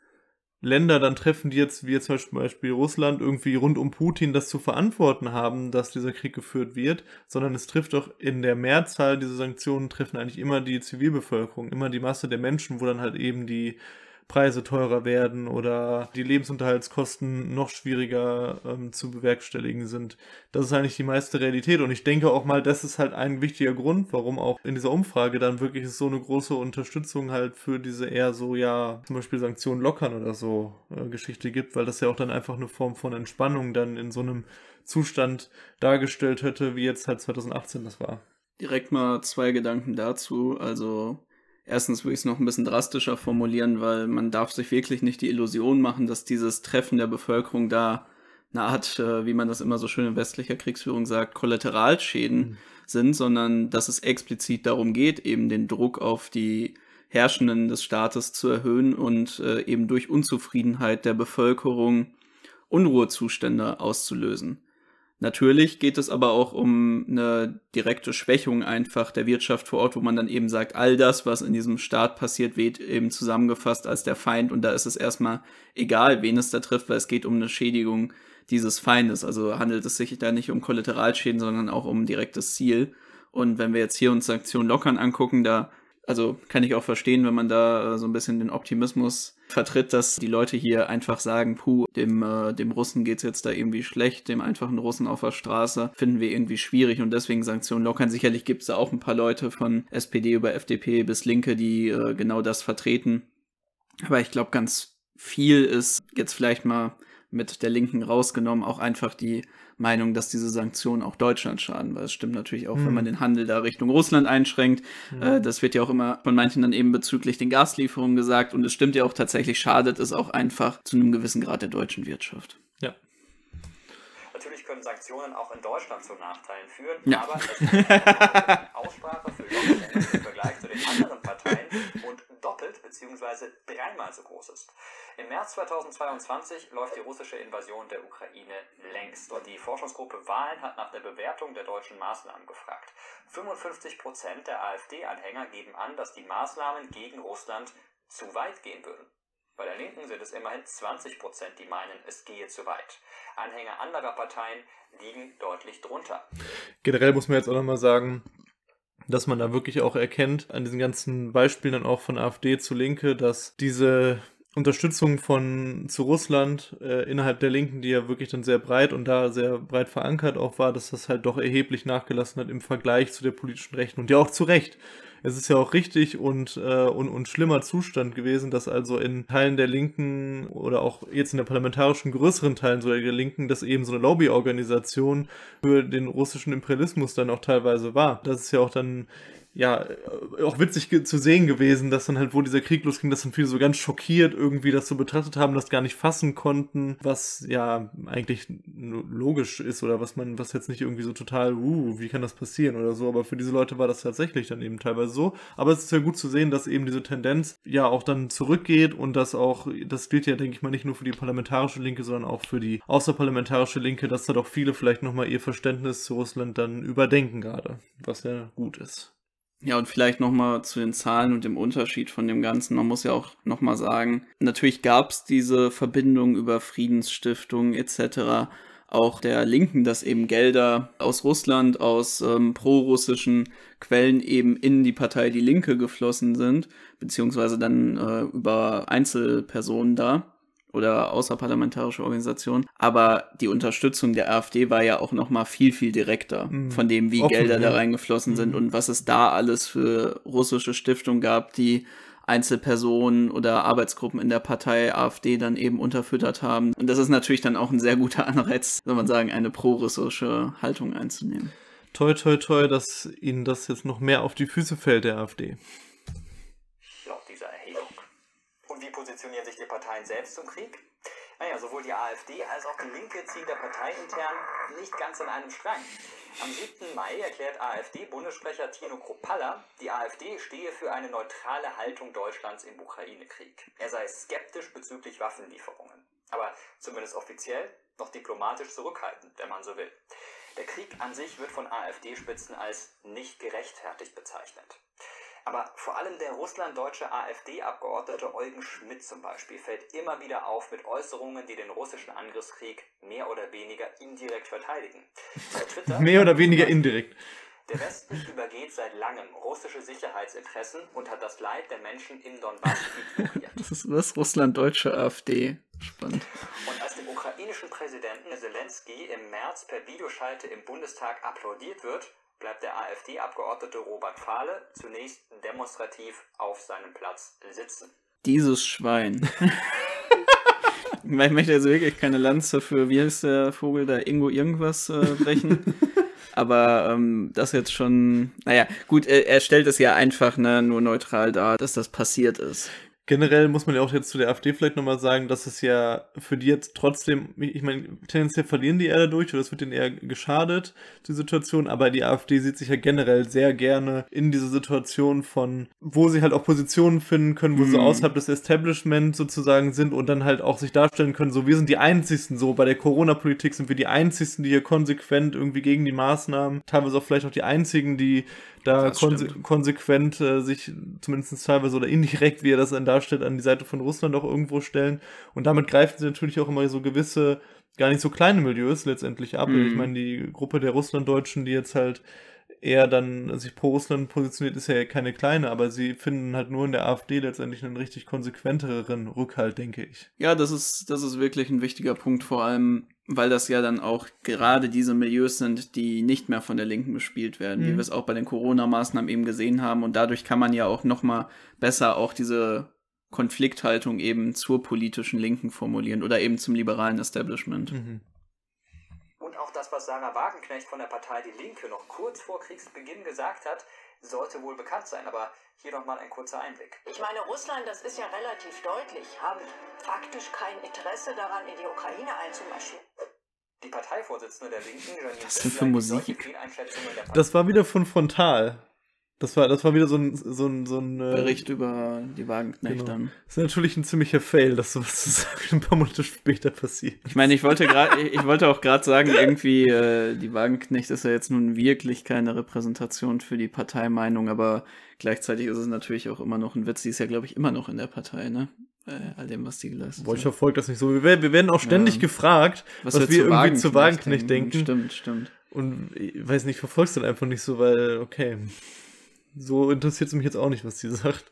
Länder dann treffen, die jetzt, wie jetzt zum Beispiel Russland, irgendwie rund um Putin das zu verantworten haben, dass dieser Krieg geführt wird, sondern es trifft doch in der Mehrzahl, diese Sanktionen treffen eigentlich immer die Zivilbevölkerung, immer die Masse der Menschen, wo dann halt eben die Preise teurer werden oder die Lebensunterhaltskosten noch schwieriger ähm, zu bewerkstelligen sind. Das ist eigentlich die meiste Realität und ich denke auch mal, das ist halt ein wichtiger Grund, warum auch in dieser Umfrage dann wirklich so eine große Unterstützung halt für diese eher so, ja, zum Beispiel Sanktionen lockern oder so äh, Geschichte gibt, weil das ja auch dann einfach eine Form von Entspannung dann in so einem Zustand dargestellt hätte, wie jetzt halt zweitausendachtzehn das war.
Direkt mal zwei Gedanken dazu, also erstens würde ich es noch ein bisschen drastischer formulieren, weil man darf sich wirklich nicht die Illusion machen, dass dieses Treffen der Bevölkerung da eine Art, äh, wie man das immer so schön in westlicher Kriegsführung sagt, Kollateralschäden mhm. sind, sondern dass es explizit darum geht, eben den Druck auf die Herrschenden des Staates zu erhöhen und äh, eben durch Unzufriedenheit der Bevölkerung Unruhezustände auszulösen. Natürlich geht es aber auch um eine direkte Schwächung einfach der Wirtschaft vor Ort, wo man dann eben sagt, all das, was in diesem Staat passiert, wird eben zusammengefasst als der Feind und da ist es erstmal egal, wen es da trifft, weil es geht um eine Schädigung dieses Feindes. Also handelt es sich da nicht um Kollateralschäden, sondern auch um ein direktes Ziel. Und wenn wir jetzt hier uns Sanktionen lockern angucken, da also kann ich auch verstehen, wenn man da so ein bisschen den Optimismus vertritt, dass die Leute hier einfach sagen, puh, dem, äh, dem Russen geht's jetzt da irgendwie schlecht, dem einfachen Russen auf der Straße finden wir irgendwie schwierig und deswegen Sanktionen lockern. Sicherlich gibt's da auch ein paar Leute von S P D über F D P bis Linke, die äh, genau das vertreten. Aber ich glaube, ganz viel ist jetzt vielleicht mal mit der Linken rausgenommen, auch einfach die Meinung, dass diese Sanktionen auch Deutschland schaden, weil es stimmt natürlich auch, mhm. wenn man den Handel da Richtung Russland einschränkt. Mhm. Äh, das wird ja auch immer von manchen dann eben bezüglich den Gaslieferungen gesagt und es stimmt ja auch tatsächlich, schadet es auch einfach zu einem gewissen Grad der deutschen Wirtschaft.
Ja.
Natürlich können Sanktionen auch in Deutschland zu Nachteilen führen,
ja.
aber es ist eine Aussprache für Lockerungen im Vergleich zu den anderen Parteien und doppelt bzw. dreimal so groß ist. Im März zweitausendzweiundzwanzig läuft die russische Invasion der Ukraine längst und die Forschungsgruppe Wahlen hat nach der Bewertung der deutschen Maßnahmen gefragt. fünfundfünfzig Prozent der AfD-Anhänger geben an, dass die Maßnahmen gegen Russland zu weit gehen würden. Bei der Linken sind es immerhin zwanzig Prozent, die meinen, es gehe zu weit. Anhänger anderer Parteien liegen deutlich drunter.
Generell muss man jetzt auch nochmal sagen, dass man da wirklich auch erkennt, an diesen ganzen Beispielen dann auch von AfD zu Linke, dass diese Unterstützung von zu Russland äh, innerhalb der Linken, die ja wirklich dann sehr breit und da sehr breit verankert auch war, dass das halt doch erheblich nachgelassen hat im Vergleich zu der politischen Rechten und ja auch zu Recht es ist ja auch richtig und, äh, und, und schlimmer Zustand gewesen, dass also in Teilen der Linken oder auch jetzt in der parlamentarischen größeren Teilen so der Linken, dass eben so eine Lobbyorganisation für den russischen Imperialismus dann auch teilweise war. Das ist ja auch dann ja, auch witzig ge- zu sehen gewesen, dass dann halt, wo dieser Krieg losging, dass dann viele so ganz schockiert irgendwie das so betrachtet haben, das gar nicht fassen konnten, was ja eigentlich n- logisch ist oder was man, was jetzt nicht irgendwie so total, uh, wie kann das passieren oder so, aber für diese Leute war das tatsächlich dann eben teilweise so. Aber es ist ja gut zu sehen, dass eben diese Tendenz ja auch dann zurückgeht und dass auch, das gilt ja, denke ich mal, nicht nur für die parlamentarische Linke, sondern auch für die außerparlamentarische Linke, dass da doch viele vielleicht nochmal ihr Verständnis zu Russland dann überdenken gerade, was ja gut ist.
Ja, und vielleicht nochmal zu den Zahlen und dem Unterschied von dem Ganzen. Man muss ja auch nochmal sagen, natürlich gab es diese Verbindung über Friedensstiftungen et cetera auch der Linken, dass eben Gelder aus Russland, aus ähm, prorussischen Quellen eben in die Partei Die Linke geflossen sind, beziehungsweise dann äh, über Einzelpersonen da oder außerparlamentarische Organisationen. Aber die Unterstützung der AfD war ja auch nochmal viel, viel direkter mhm. von dem, wie
Offen,
Gelder
ja.
da reingeflossen mhm. sind und was es da alles für russische Stiftungen gab, die Einzelpersonen oder Arbeitsgruppen in der Partei AfD dann eben unterfüttert haben. Und das ist natürlich dann auch ein sehr guter Anreiz, soll man sagen, eine prorussische Haltung einzunehmen.
Toi, toi, toi, dass ihnen das jetzt noch mehr auf die Füße fällt, der AfD.
Laut dieser Erhebung. Und wie positionieren sich die Parteien selbst zum Krieg? Naja, sowohl die AfD als auch die Linke ziehen der Partei intern nicht ganz an einem Strang. Am siebten Mai erklärt AfD-Bundessprecher Tino Kruppalla, die AfD stehe für eine neutrale Haltung Deutschlands im Ukraine-Krieg. Er sei skeptisch bezüglich Waffenlieferungen. Aber zumindest offiziell noch diplomatisch zurückhaltend, wenn man so will. Der Krieg an sich wird von AfD-Spitzen als nicht gerechtfertigt bezeichnet. Aber vor allem der russlanddeutsche AfD-Abgeordnete Eugen Schmidt zum Beispiel fällt immer wieder auf mit Äußerungen, die den russischen Angriffskrieg mehr oder weniger indirekt verteidigen. Bei Twitter
mehr oder weniger indirekt.
Der Westen übergeht seit langem russische Sicherheitsinteressen und hat das Leid der Menschen im Donbass ignoriert.
Das ist was russlanddeutsche AfD. Spannend.
Und als dem ukrainischen Präsidenten Zelensky im März per Videoschalte im Bundestag applaudiert wird, bleibt der AfD-Abgeordnete Robert Fahle zunächst demonstrativ auf seinem Platz sitzen.
Dieses Schwein. Ich möchte also wirklich keine Lanze für, wie heißt der Vogel da, Ingo irgendwas äh, brechen. Aber ähm, das jetzt schon, naja, gut, er, er stellt es ja einfach ne, nur neutral dar, dass das passiert ist.
Generell muss man ja auch jetzt zu der AfD vielleicht nochmal sagen, dass es ja für die jetzt trotzdem, ich meine, tendenziell verlieren die eher dadurch oder es wird denen eher geschadet, die Situation, aber die AfD sieht sich ja generell sehr gerne in diese Situation von, wo sie halt auch Positionen finden können, wo mhm. sie außerhalb des Establishment sozusagen sind und dann halt auch sich darstellen können, so wir sind die Einzigsten, so bei der Corona-Politik sind wir die Einzigsten, die hier konsequent irgendwie gegen die Maßnahmen, teilweise auch vielleicht auch die Einzigen, die da konse- konsequent äh, sich zumindest teilweise oder indirekt, wie er das dann darstellt, an die Seite von Russland auch irgendwo stellen. Und damit greifen sie natürlich auch immer so gewisse, gar nicht so kleine Milieus letztendlich ab. Mhm. Ich meine, die Gruppe der Russlanddeutschen, die jetzt halt eher dann sich pro Russland positioniert, ist ja keine kleine, aber sie finden halt nur in der AfD letztendlich einen richtig konsequenteren Rückhalt, denke ich.
Ja, das ist, das ist wirklich ein wichtiger Punkt, vor allem, weil das ja dann auch gerade diese Milieus sind, die nicht mehr von der Linken bespielt werden, mhm. wie wir es auch bei den Corona-Maßnahmen eben gesehen haben. Und dadurch kann man ja auch nochmal besser auch diese Konflikthaltung eben zur politischen Linken formulieren oder eben zum liberalen Establishment.
Mhm.
Und auch das, was Sarah Wagenknecht von der Partei Die Linke noch kurz vor Kriegsbeginn gesagt hat, sollte wohl bekannt sein. Aber hier nochmal ein kurzer Einblick.
Ich meine, Russland, das ist ja relativ deutlich, haben faktisch kein Interesse daran, in die Ukraine einzumarschieren.
Die Parteivorsitzende der Linken, Janine
Was denn für Musik?
Das war wieder von Frontal. Das war, das war wieder so ein, so ein, so ein
Bericht über die Wagenknecht
genau.
dann.
Das ist natürlich ein ziemlicher Fail, dass sowas ein paar Monate später passiert.
Ich meine, ich wollte gerade, ich wollte auch gerade sagen, irgendwie, äh, die Wagenknecht ist ja jetzt nun wirklich keine Repräsentation für die Parteimeinung, aber gleichzeitig ist es natürlich auch immer noch ein Witz. Die ist ja, glaube ich, immer noch in der Partei, ne? Äh, all dem, was die geleistet
Boah, ich verfolge das nicht so. Wir werden, wir werden auch ständig ja. gefragt, was, was wir, wir irgendwie zu Wagenknecht denken. denken.
Stimmt, stimmt.
Und ich weiß nicht, verfolgst du dann einfach nicht so, weil, okay, so interessiert es mich jetzt auch nicht, was sie sagt.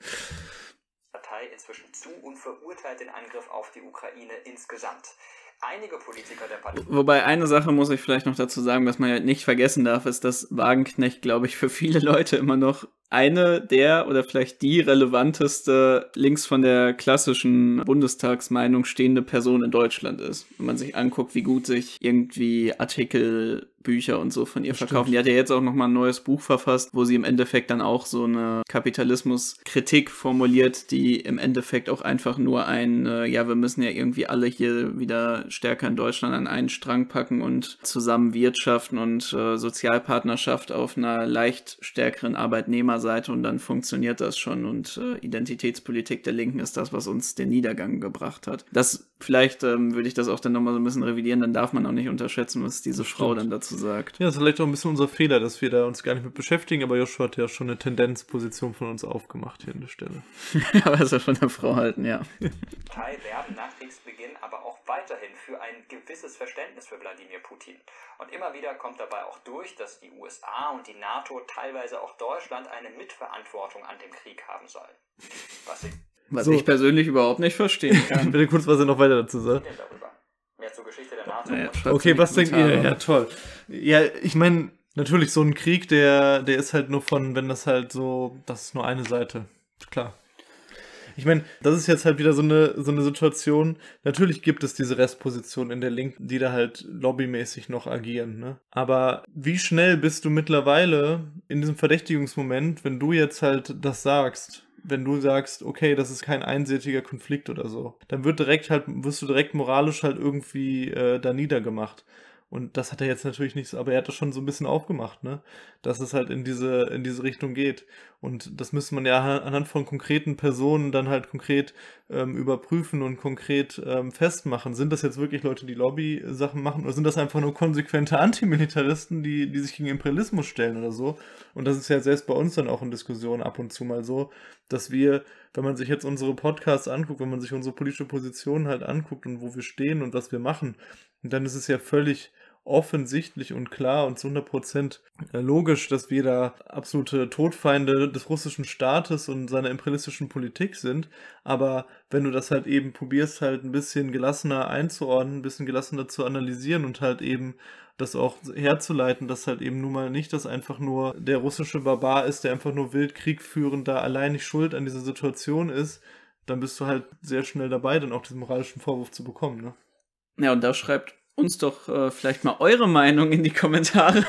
Partei inzwischen zu und verurteilt den Angriff auf die Ukraine insgesamt. Einige Politiker der Partei...
Wobei eine Sache muss ich vielleicht noch dazu sagen, was man ja nicht vergessen darf, ist, dass Wagenknecht, glaube ich, für viele Leute immer noch eine der oder vielleicht die relevanteste links von der klassischen Bundestagsmeinung stehende Person in Deutschland ist. Wenn man sich anguckt, wie gut sich irgendwie Artikel, Bücher und so von ihr
Das
verkaufen.
stimmt.
Die hat ja jetzt auch nochmal ein neues Buch verfasst, wo sie im Endeffekt dann auch so eine Kapitalismuskritik formuliert, die im Endeffekt auch einfach nur ein, äh, ja, wir müssen ja irgendwie alle hier wieder stärker in Deutschland an einen Strang packen und zusammen wirtschaften und äh, Sozialpartnerschaft auf einer leicht stärkeren Arbeitnehmerseite und dann funktioniert das schon und äh, Identitätspolitik der Linken ist das, was uns den Niedergang gebracht hat. Das, vielleicht ähm, würde ich das auch dann nochmal so ein bisschen revidieren, dann darf man auch nicht unterschätzen, was diese Frau dann dazu sagt.
Ja, das ist vielleicht auch ein bisschen unser Fehler, dass wir da uns gar nicht mit beschäftigen, aber Joshua hat ja schon eine Tendenzposition von uns aufgemacht hier an der Stelle.
Aber es soll von der Frau halten, ja.
Partei werben nach Kriegsbeginn aber auch weiterhin für ein gewisses Verständnis für Wladimir Putin. Und immer wieder kommt dabei auch durch, dass die U S A und die NATO, teilweise auch Deutschland, eine Mitverantwortung an dem Krieg haben sollen. Was ich,
Was
So.
ich persönlich überhaupt nicht verstehen kann.
Bitte kurz, was er noch weiter dazu sagt.
denn darüber? Mehr zur Geschichte der NATO.
Naja,
und
schreibt's
Okay,
in die
was denkt ihr?
Kommentare.
Ja, toll. Ja, ich meine, natürlich, so ein Krieg, der, der ist halt nur von, wenn das halt so, das ist nur eine Seite. Klar. Ich meine, das ist jetzt halt wieder so eine, so eine Situation. Natürlich gibt es diese Restposition in der Linken, die da halt lobbymäßig noch agieren, ne? Aber wie schnell bist du mittlerweile in diesem Verdächtigungsmoment, wenn du jetzt halt das sagst, wenn du sagst, okay, das ist kein einseitiger Konflikt oder so, dann wird direkt halt, wirst du direkt moralisch halt irgendwie äh, da niedergemacht. Und das hat er jetzt natürlich nicht so, aber er hat das schon so ein bisschen aufgemacht, ne? Dass es halt in diese, in diese Richtung geht. Und das müsste man ja anhand von konkreten Personen dann halt konkret ähm, überprüfen und konkret ähm, festmachen. Sind das jetzt wirklich Leute, die Lobby-Sachen machen, oder sind das einfach nur konsequente Antimilitaristen, die, die sich gegen Imperialismus stellen oder so? Und das ist ja selbst bei uns dann auch in Diskussionen ab und zu mal so, dass wir, wenn man sich jetzt unsere Podcasts anguckt, wenn man sich unsere politische Position halt anguckt und wo wir stehen und was wir machen, dann ist es ja völlig offensichtlich und klar und zu hundert Prozent logisch, dass wir da absolute Todfeinde des russischen Staates und seiner imperialistischen Politik sind. Aber wenn du das halt eben probierst, halt ein bisschen gelassener einzuordnen, ein bisschen gelassener zu analysieren und halt eben das auch herzuleiten, dass halt eben nun mal nicht, dass einfach nur der russische Barbar ist, der einfach nur wild Krieg führend da allein nicht schuld an dieser Situation ist, dann bist du halt sehr schnell dabei, dann auch diesen moralischen Vorwurf zu bekommen, ne?
Ja, und da schreibt uns doch äh, vielleicht mal eure Meinung in die Kommentare.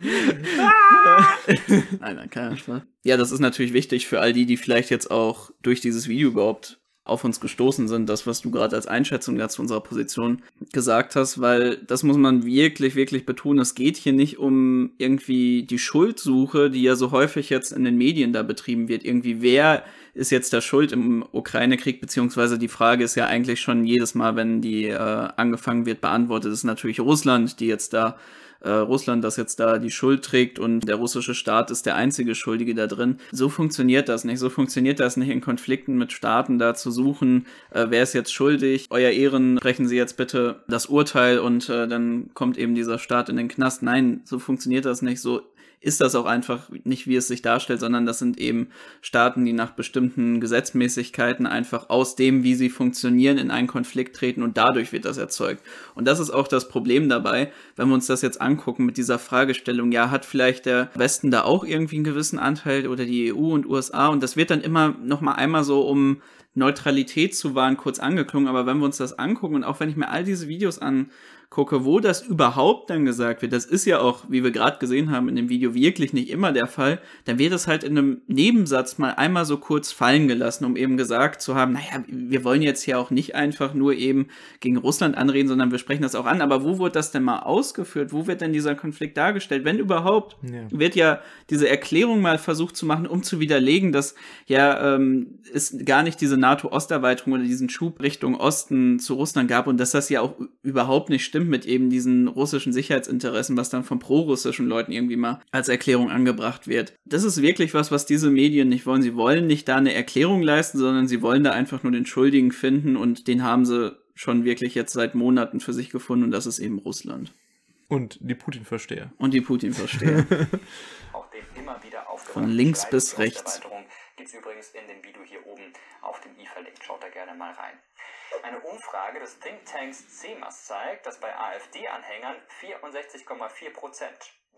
Nein, nein, keiner Spaß. Ja, das ist natürlich wichtig für all die, die vielleicht jetzt auch durch dieses Video überhaupt auf uns gestoßen sind, das, was du gerade als Einschätzung dazu unserer Position gesagt hast, weil das muss man wirklich, wirklich betonen. Es geht hier nicht um irgendwie die Schuldsuche, die ja so häufig jetzt in den Medien da betrieben wird. Irgendwie, wer ist jetzt da schuld im Ukraine-Krieg, beziehungsweise die Frage ist ja eigentlich schon jedes Mal, wenn die äh, angefangen wird, beantwortet, ist natürlich Russland, die jetzt da Äh, Russland, das jetzt da die Schuld trägt und der russische Staat ist der einzige Schuldige da drin. So funktioniert das nicht. So funktioniert das nicht, in Konflikten mit Staaten da zu suchen, äh, wer ist jetzt schuldig. Euer Ehren, brechen Sie jetzt bitte das Urteil und äh, dann kommt eben dieser Staat in den Knast. Nein, so funktioniert das nicht. So ist das auch einfach nicht, wie es sich darstellt, sondern das sind eben Staaten, die nach bestimmten Gesetzmäßigkeiten einfach aus dem, wie sie funktionieren, in einen Konflikt treten und dadurch wird das erzeugt. Und das ist auch das Problem dabei, wenn wir uns das jetzt angucken mit dieser Fragestellung, ja, hat vielleicht der Westen da auch irgendwie einen gewissen Anteil oder die E U und U S A und das wird dann immer noch mal einmal so, um Neutralität zu wahren, kurz angeklungen, aber wenn wir uns das angucken und auch wenn ich mir all diese Videos angucke, wo das überhaupt dann gesagt wird, das ist ja auch, wie wir gerade gesehen haben in dem Video, wirklich nicht immer der Fall, dann wird es halt in einem Nebensatz mal einmal so kurz fallen gelassen, um eben gesagt zu haben, naja, wir wollen jetzt hier auch nicht einfach nur eben gegen Russland anreden, sondern wir sprechen das auch an, aber wo wird das denn mal ausgeführt? Wo wird denn dieser Konflikt dargestellt? Wenn überhaupt,
Ja.
wird ja diese Erklärung mal versucht zu machen, um zu widerlegen, dass ja ähm, es gar nicht diese NATO-Osterweiterung oder diesen Schub Richtung Osten zu Russland gab und dass das ja auch überhaupt nicht stimmt mit eben diesen russischen Sicherheitsinteressen, was dann von prorussischen Leuten irgendwie mal als Erklärung angebracht wird. Das ist wirklich was, was diese Medien nicht wollen. Sie wollen nicht da eine Erklärung leisten, sondern sie wollen da einfach nur den Schuldigen finden und den haben sie schon wirklich jetzt seit Monaten für sich gefunden und das ist eben Russland.
Und die Putin-Versteher.
Und die Putin-Versteher.
Auch den immer wieder
Von links bis rechts.
Gibt es übrigens in dem Video hier oben auf dem i verlinkt. Schaut da gerne mal rein. Eine Umfrage des Thinktanks C E M A S zeigt, dass bei AfD-Anhängern vierundsechzig Komma vier Prozent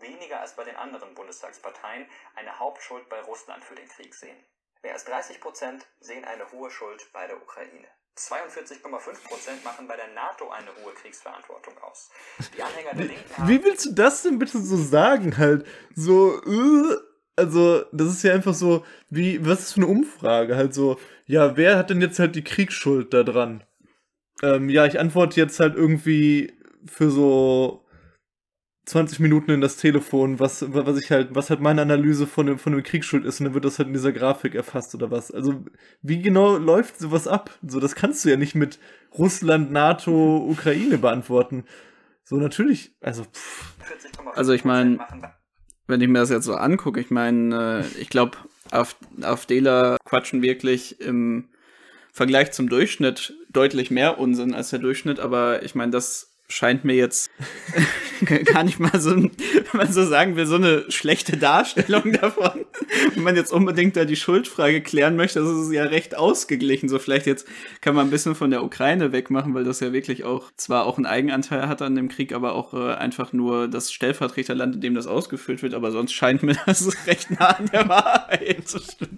weniger als bei den anderen Bundestagsparteien, eine Hauptschuld bei Russland für den Krieg sehen. Mehr als dreißig Prozent sehen eine hohe Schuld bei der Ukraine. zweiundvierzig Komma fünf Prozent machen bei der NATO eine hohe Kriegsverantwortung aus. Die Anhänger der Linken haben...
Wie willst du das denn bitte so sagen halt? So, äh, also, das ist ja einfach so, wie, was ist für eine Umfrage? Halt so, ja, wer hat denn jetzt halt die Kriegsschuld da dran? Ähm, ja, ich antworte jetzt halt irgendwie für so zwanzig Minuten in das Telefon, was, was ich halt, was halt meine Analyse von dem, von dem Kriegsschuld ist, und dann wird das halt in dieser Grafik erfasst oder was. Also, wie genau läuft sowas ab? So, das kannst du ja nicht mit Russland, NATO, Ukraine beantworten. So, natürlich, also, pff.
Also, ich meine, wenn ich mir das jetzt so angucke, ich meine, ich glaube, AfDler quatschen wirklich im Vergleich zum Durchschnitt deutlich mehr Unsinn als der Durchschnitt, aber ich meine, das scheint mir jetzt gar nicht mal so, wenn man so sagen will, so eine schlechte Darstellung davon. Wenn man jetzt unbedingt da die Schuldfrage klären möchte, das ist ja recht ausgeglichen. So, vielleicht jetzt kann man ein bisschen von der Ukraine wegmachen, weil das ja wirklich auch zwar auch einen Eigenanteil hat an dem Krieg, aber auch äh, einfach nur das Stellvertreterland, in dem das ausgefüllt wird. Aber sonst scheint mir das recht nah an der Wahrheit zu stimmen.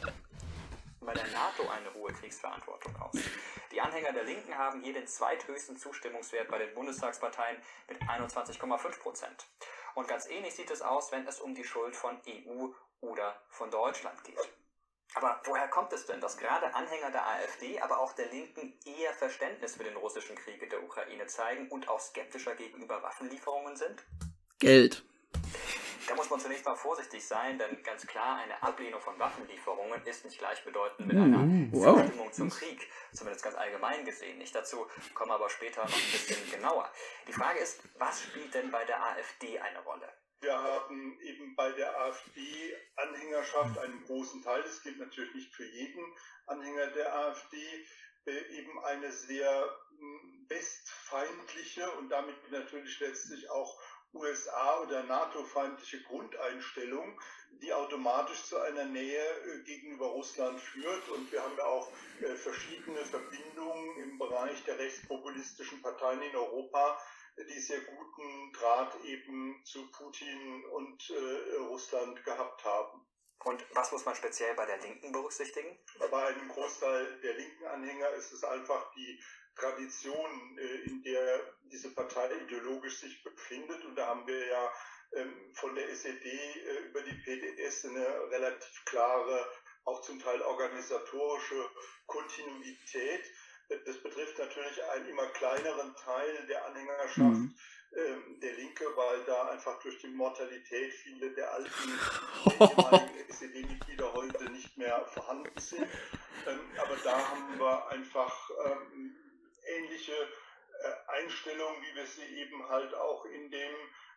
Bei der NATO eine hohe Kriegsverantwortung aus. Die Anhänger der Linken haben hier den zweithöchsten Zustimmungswert bei den Bundestagsparteien mit einundzwanzig Komma fünf Prozent. Und ganz ähnlich sieht es aus, wenn es um die Schuld von E U oder von Deutschland geht. Aber woher kommt es denn, dass gerade Anhänger der AfD, aber auch der Linken eher Verständnis für den russischen Krieg in der Ukraine zeigen und auch skeptischer gegenüber Waffenlieferungen sind?
Geld.
Da muss man zunächst mal vorsichtig sein, denn ganz klar, eine Ablehnung von Waffenlieferungen ist nicht gleichbedeutend mit einer
wow.
Zustimmung zum Krieg, zumindest ganz allgemein gesehen nicht. Dazu kommen wir aber später noch ein bisschen genauer. Die Frage ist, was spielt denn bei der AfD eine Rolle?
Wir haben eben bei der AfD-Anhängerschaft einen großen Teil, das gilt natürlich nicht für jeden Anhänger der AfD, eben eine sehr westfeindliche und damit natürlich letztlich auch U S A- oder NATO-feindliche Grundeinstellung, die automatisch zu einer Nähe äh, gegenüber Russland führt. Und wir haben ja auch äh, verschiedene Verbindungen im Bereich der rechtspopulistischen Parteien in Europa, die sehr guten Draht eben zu Putin und äh, Russland gehabt haben.
Und was muss man speziell bei der Linken berücksichtigen?
Bei einem Großteil der linken Anhänger ist es einfach die Tradition, in der diese Partei ideologisch sich befindet. Und da haben wir ja von der S E D über die P D S eine relativ klare, auch zum Teil organisatorische Kontinuität. Das betrifft natürlich einen immer kleineren Teil der Anhängerschaft mhm. der Linke, weil da einfach durch die Mortalität viele der alten ehemaligen S E D-Mitglieder heute nicht mehr vorhanden sind. Aber da haben wir einfach ähm, ähnliche äh, Einstellungen, wie wir sie eben halt auch in dem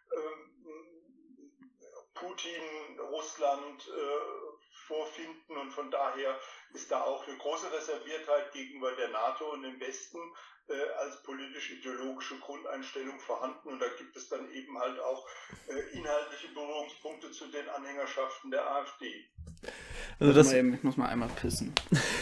ähm, Putin-Russland äh, vorfinden. Und von daher ist da auch eine große Reserviertheit gegenüber der NATO und dem Westen äh, als politisch-ideologische Grundeinstellung vorhanden. Und da gibt es dann eben halt auch äh, inhaltliche Berührungspunkte zu den Anhängerschaften der AfD.
Also das,
ich muss mal einmal pissen.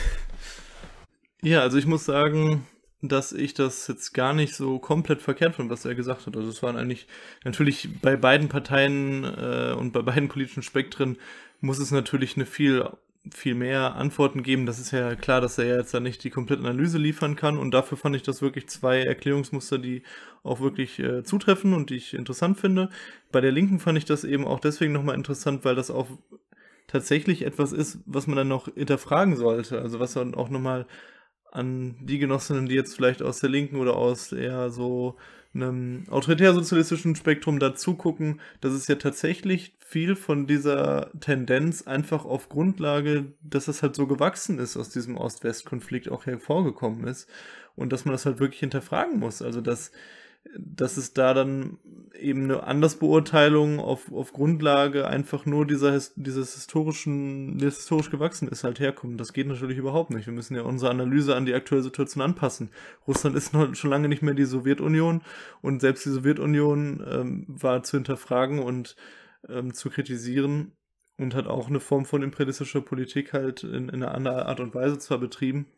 Ja, also ich muss sagen, dass ich das jetzt gar nicht so komplett verkehrt fand, was er gesagt hat. Also es waren eigentlich, natürlich bei beiden Parteien äh, und bei beiden politischen Spektren muss es natürlich eine viel, viel mehr Antworten geben. Das ist ja klar, dass er ja jetzt da nicht die komplette Analyse liefern kann, und dafür fand ich das wirklich zwei Erklärungsmuster, die auch wirklich äh, zutreffen und die ich interessant finde. Bei der Linken fand ich das eben auch deswegen nochmal interessant, weil das auch tatsächlich etwas ist, was man dann noch hinterfragen sollte. Also was dann auch nochmal an die Genossinnen, die jetzt vielleicht aus der Linken oder aus eher so einem autoritär-sozialistischen Spektrum dazu gucken, dass es ja tatsächlich viel von dieser Tendenz einfach auf Grundlage, dass es halt so gewachsen ist, aus diesem Ost-West-Konflikt auch hervorgekommen ist, und dass man das halt wirklich hinterfragen muss. Also dass dass es da dann eben eine Andersbeurteilung auf, auf Grundlage einfach nur dieser dieses historischen, das historisch gewachsen ist, halt herkommt. Das geht natürlich überhaupt nicht. Wir müssen ja unsere Analyse an die aktuelle Situation anpassen. Russland ist noch, schon lange nicht mehr die Sowjetunion, und selbst die Sowjetunion ähm, war zu hinterfragen und ähm, zu kritisieren und hat auch eine Form von imperialistischer Politik halt in, in einer anderen Art und Weise zwar betrieben,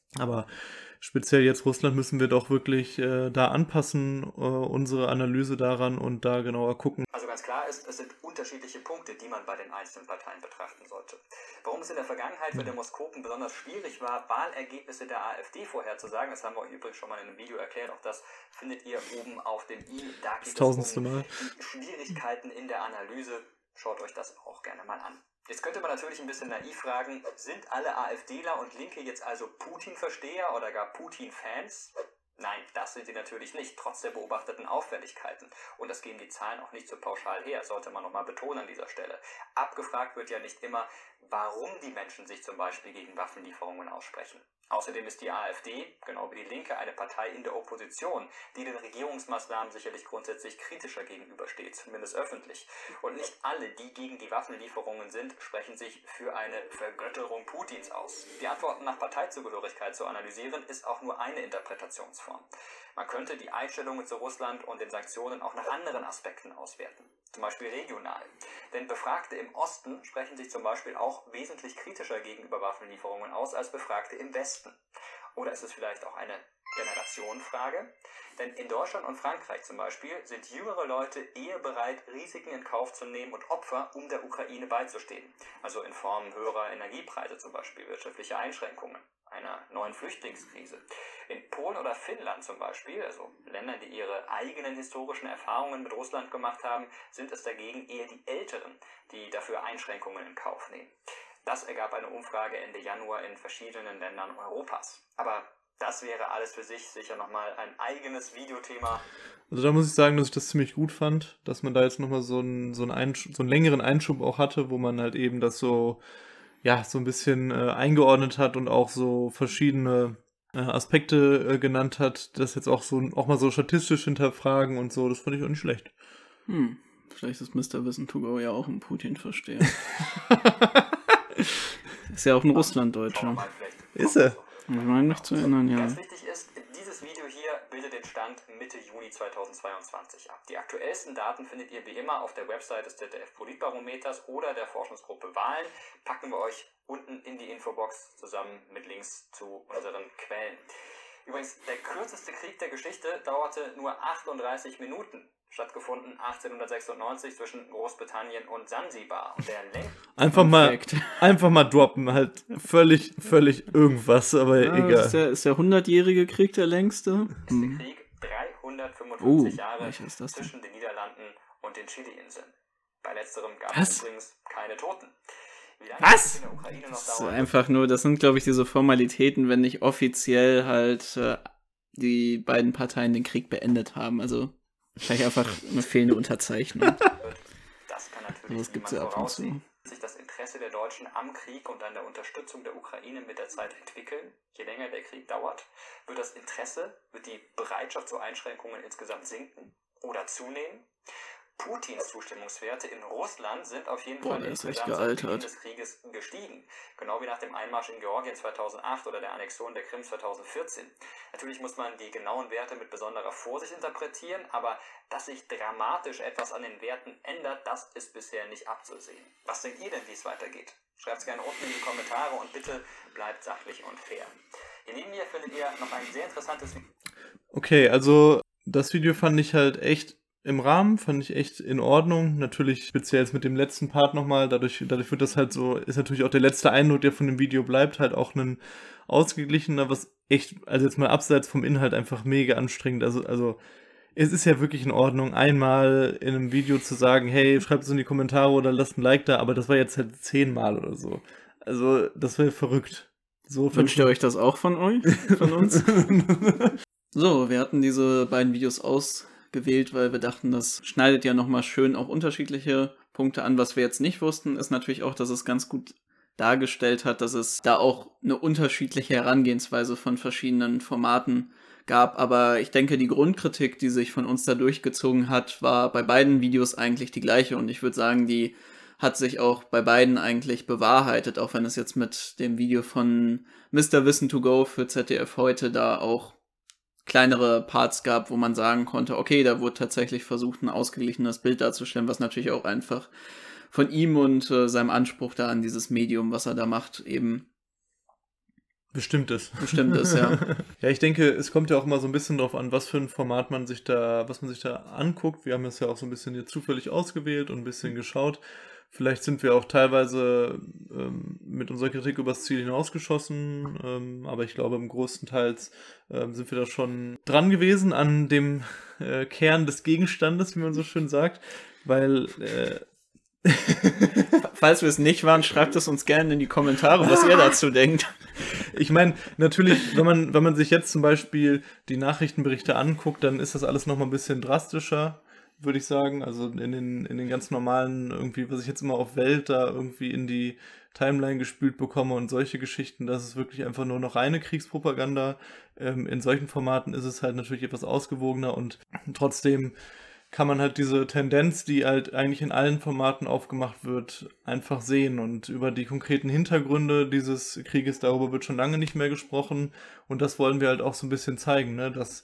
Aber speziell jetzt Russland müssen wir doch wirklich äh, da anpassen, äh, unsere Analyse daran und da genauer gucken.
Also ganz klar ist, es sind unterschiedliche Punkte, die man bei den einzelnen Parteien betrachten sollte. Warum es in der Vergangenheit für Demoskopen besonders schwierig war, Wahlergebnisse der AfD vorherzusagen, das haben wir euch übrigens schon mal in einem Video erklärt, auch das findet ihr oben auf dem i. Da geht es um
Mal.
die Schwierigkeiten in der Analyse. Schaut euch das auch gerne mal an. Jetzt könnte man natürlich ein bisschen naiv fragen, sind alle AfDler und Linke jetzt also Putin-Versteher oder gar Putin-Fans? Nein, das sind sie natürlich nicht, trotz der beobachteten Auffälligkeiten. Und das geben die Zahlen auch nicht so pauschal her, sollte man nochmal betonen an dieser Stelle. Abgefragt wird ja nicht immer, warum die Menschen sich zum Beispiel gegen Waffenlieferungen aussprechen. Außerdem ist die AfD, genau wie die Linke, eine Partei in der Opposition, die den Regierungsmaßnahmen sicherlich grundsätzlich kritischer gegenübersteht, zumindest öffentlich. Und nicht alle, die gegen die Waffenlieferungen sind, sprechen sich für eine Vergötterung Putins aus. Die Antworten nach Parteizugehörigkeit zu analysieren, ist auch nur eine Interpretationsform. Man könnte die Einstellungen zu Russland und den Sanktionen auch nach anderen Aspekten auswerten, zum Beispiel regional. Denn Befragte im Osten sprechen sich zum Beispiel auch wesentlich kritischer gegenüber Waffenlieferungen aus als Befragte im Westen. Oder ist es vielleicht auch eine Generationenfrage? Denn in Deutschland und Frankreich zum Beispiel sind jüngere Leute eher bereit, Risiken in Kauf zu nehmen und Opfer, um der Ukraine beizustehen. Also in Form höherer Energiepreise zum Beispiel, wirtschaftliche Einschränkungen, einer neuen Flüchtlingskrise. In Polen oder Finnland zum Beispiel, also Ländern, die ihre eigenen historischen Erfahrungen mit Russland gemacht haben, sind es dagegen eher die Älteren, die dafür Einschränkungen in Kauf nehmen. Das ergab eine Umfrage Ende Januar in verschiedenen Ländern Europas. Aber das wäre alles für sich sicher nochmal ein eigenes Videothema.
Also da muss ich sagen, dass ich das ziemlich gut fand, dass man da jetzt nochmal so einen, so, einen Einsch- so einen längeren Einschub auch hatte, wo man halt eben das so, ja, so ein bisschen äh, eingeordnet hat und auch so verschiedene äh, Aspekte äh, genannt hat, das jetzt auch so auch mal so statistisch hinterfragen und so, das fand ich auch nicht schlecht.
Hm, vielleicht ist Mister Wissen to go ja auch ein Putin-Versteher. Ist ja auch ein Russlanddeutscher.
Ist er?
Ich meine mich zu erinnern, ja.
Ganz wichtig ist, dieses Video hier bildet den Stand Mitte Juni zweitausendzweiundzwanzig ab. Die aktuellsten Daten findet ihr wie immer auf der Website des Z D F-Politbarometers oder der Forschungsgruppe Wahlen. Packen wir euch unten in die Infobox zusammen mit Links zu unseren Quellen. Übrigens, der kürzeste Krieg der Geschichte dauerte nur achtunddreißig Minuten. Stattgefunden achtzehnhundertsechsundneunzig zwischen Großbritannien und Sansibar. Und der längste
Einfach mal, einfach mal droppen, halt völlig, völlig irgendwas, aber
ja,
egal.
Ist der, ist der hundertjährige Krieg der längste?
Hm. Krieg dreihundertfünfundfünfzig
uh,
Jahre
ist das
zwischen den Niederlanden und den Chili-Inseln. Bei letzterem gab
Was?
es übrigens keine Toten. Wie lange
Was?
es in der Ukraine noch
Das ist
dauert,
einfach nur, das sind, glaube ich, diese Formalitäten, wenn nicht offiziell halt äh, die beiden Parteien den Krieg beendet haben. Also wahrscheinlich einfach eine fehlende Unterzeichnung.
das kann natürlich
Das gibt's
niemand
ja ab und zu.
voraussehen. Sich das Interesse der Deutschen am Krieg und an der Unterstützung der Ukraine mit der Zeit entwickeln. Je länger der Krieg dauert, wird das Interesse, wird die Bereitschaft zu Einschränkungen insgesamt sinken oder zunehmen. Putins Zustimmungswerte in Russland sind auf jeden
Boah,
Fall
der ist echt
insgesamt seit Beginn
gealtert.
des Krieges gestiegen. Genau wie nach dem Einmarsch in Georgien zweitausendacht oder der Annexion der Krim zweitausendvierzehn. Natürlich muss man die genauen Werte mit besonderer Vorsicht interpretieren, aber dass sich dramatisch etwas an den Werten ändert, das ist bisher nicht abzusehen. Was denkt ihr denn, wie es weitergeht? Schreibt es gerne unten in die Kommentare und bitte bleibt sachlich und fair. Hier neben mir findet ihr noch ein sehr interessantes Video.
Okay, also das Video fand ich halt echt im Rahmen, fand ich echt in Ordnung. Natürlich speziell jetzt mit dem letzten Part nochmal, dadurch, dadurch wird das halt so, ist natürlich auch der letzte Eindruck, der von dem Video bleibt, halt auch ein ausgeglichener, was echt, also jetzt mal abseits vom Inhalt einfach mega anstrengend, also, also es ist ja wirklich in Ordnung, einmal in einem Video zu sagen, hey, schreibt es in die Kommentare oder lasst ein Like da, aber das war jetzt halt zehnmal oder so. Also, das wäre verrückt. So
Wünscht ihr euch das auch von euch? Von uns? So, wir hatten diese beiden Videos ausgewählt, weil wir dachten, das schneidet ja nochmal schön auch unterschiedliche Punkte an. Was wir jetzt nicht wussten, ist natürlich auch, dass es ganz gut dargestellt hat, dass es da auch eine unterschiedliche Herangehensweise von verschiedenen Formaten gab. Aber ich denke, die Grundkritik, die sich von uns da durchgezogen hat, war bei beiden Videos eigentlich die gleiche. Und ich würde sagen, die hat sich auch bei beiden eigentlich bewahrheitet, auch wenn es jetzt mit dem Video von Mister Wissen to go für Z D F heute da auch kleinere Parts gab, wo man sagen konnte, okay, da wurde tatsächlich versucht, ein ausgeglichenes Bild darzustellen, was natürlich auch einfach von ihm und äh, seinem Anspruch da an dieses Medium, was er da macht, eben
Bestimmtes.
Bestimmtes, ja.
Ja, ich denke, es kommt ja auch immer so ein bisschen drauf an, was für ein Format man sich da, was man sich da anguckt. Wir haben das ja auch so ein bisschen jetzt zufällig ausgewählt und ein bisschen geschaut. Vielleicht sind wir auch teilweise ähm, mit unserer Kritik übers Ziel hinausgeschossen, ähm, aber ich glaube, im größten Teils ähm, sind wir da schon dran gewesen an dem äh, Kern des Gegenstandes, wie man so schön sagt, weil äh,
falls wir es nicht waren, schreibt es uns gerne in die Kommentare, was ihr dazu denkt.
Ich meine, natürlich, wenn man, wenn man sich jetzt zum Beispiel die Nachrichtenberichte anguckt, dann ist das alles nochmal ein bisschen drastischer, würde ich sagen. Also in den, in den ganz normalen, irgendwie, was ich jetzt immer auf Welt da irgendwie in die Timeline gespült bekomme und solche Geschichten, das ist wirklich einfach nur noch reine Kriegspropaganda. Ähm, in solchen Formaten ist es halt natürlich etwas ausgewogener und trotzdem kann man halt diese Tendenz, die halt eigentlich in allen Formaten aufgemacht wird, einfach sehen. Und über die konkreten Hintergründe dieses Krieges, darüber wird schon lange nicht mehr gesprochen. Und das wollen wir halt auch so ein bisschen zeigen, ne? Dass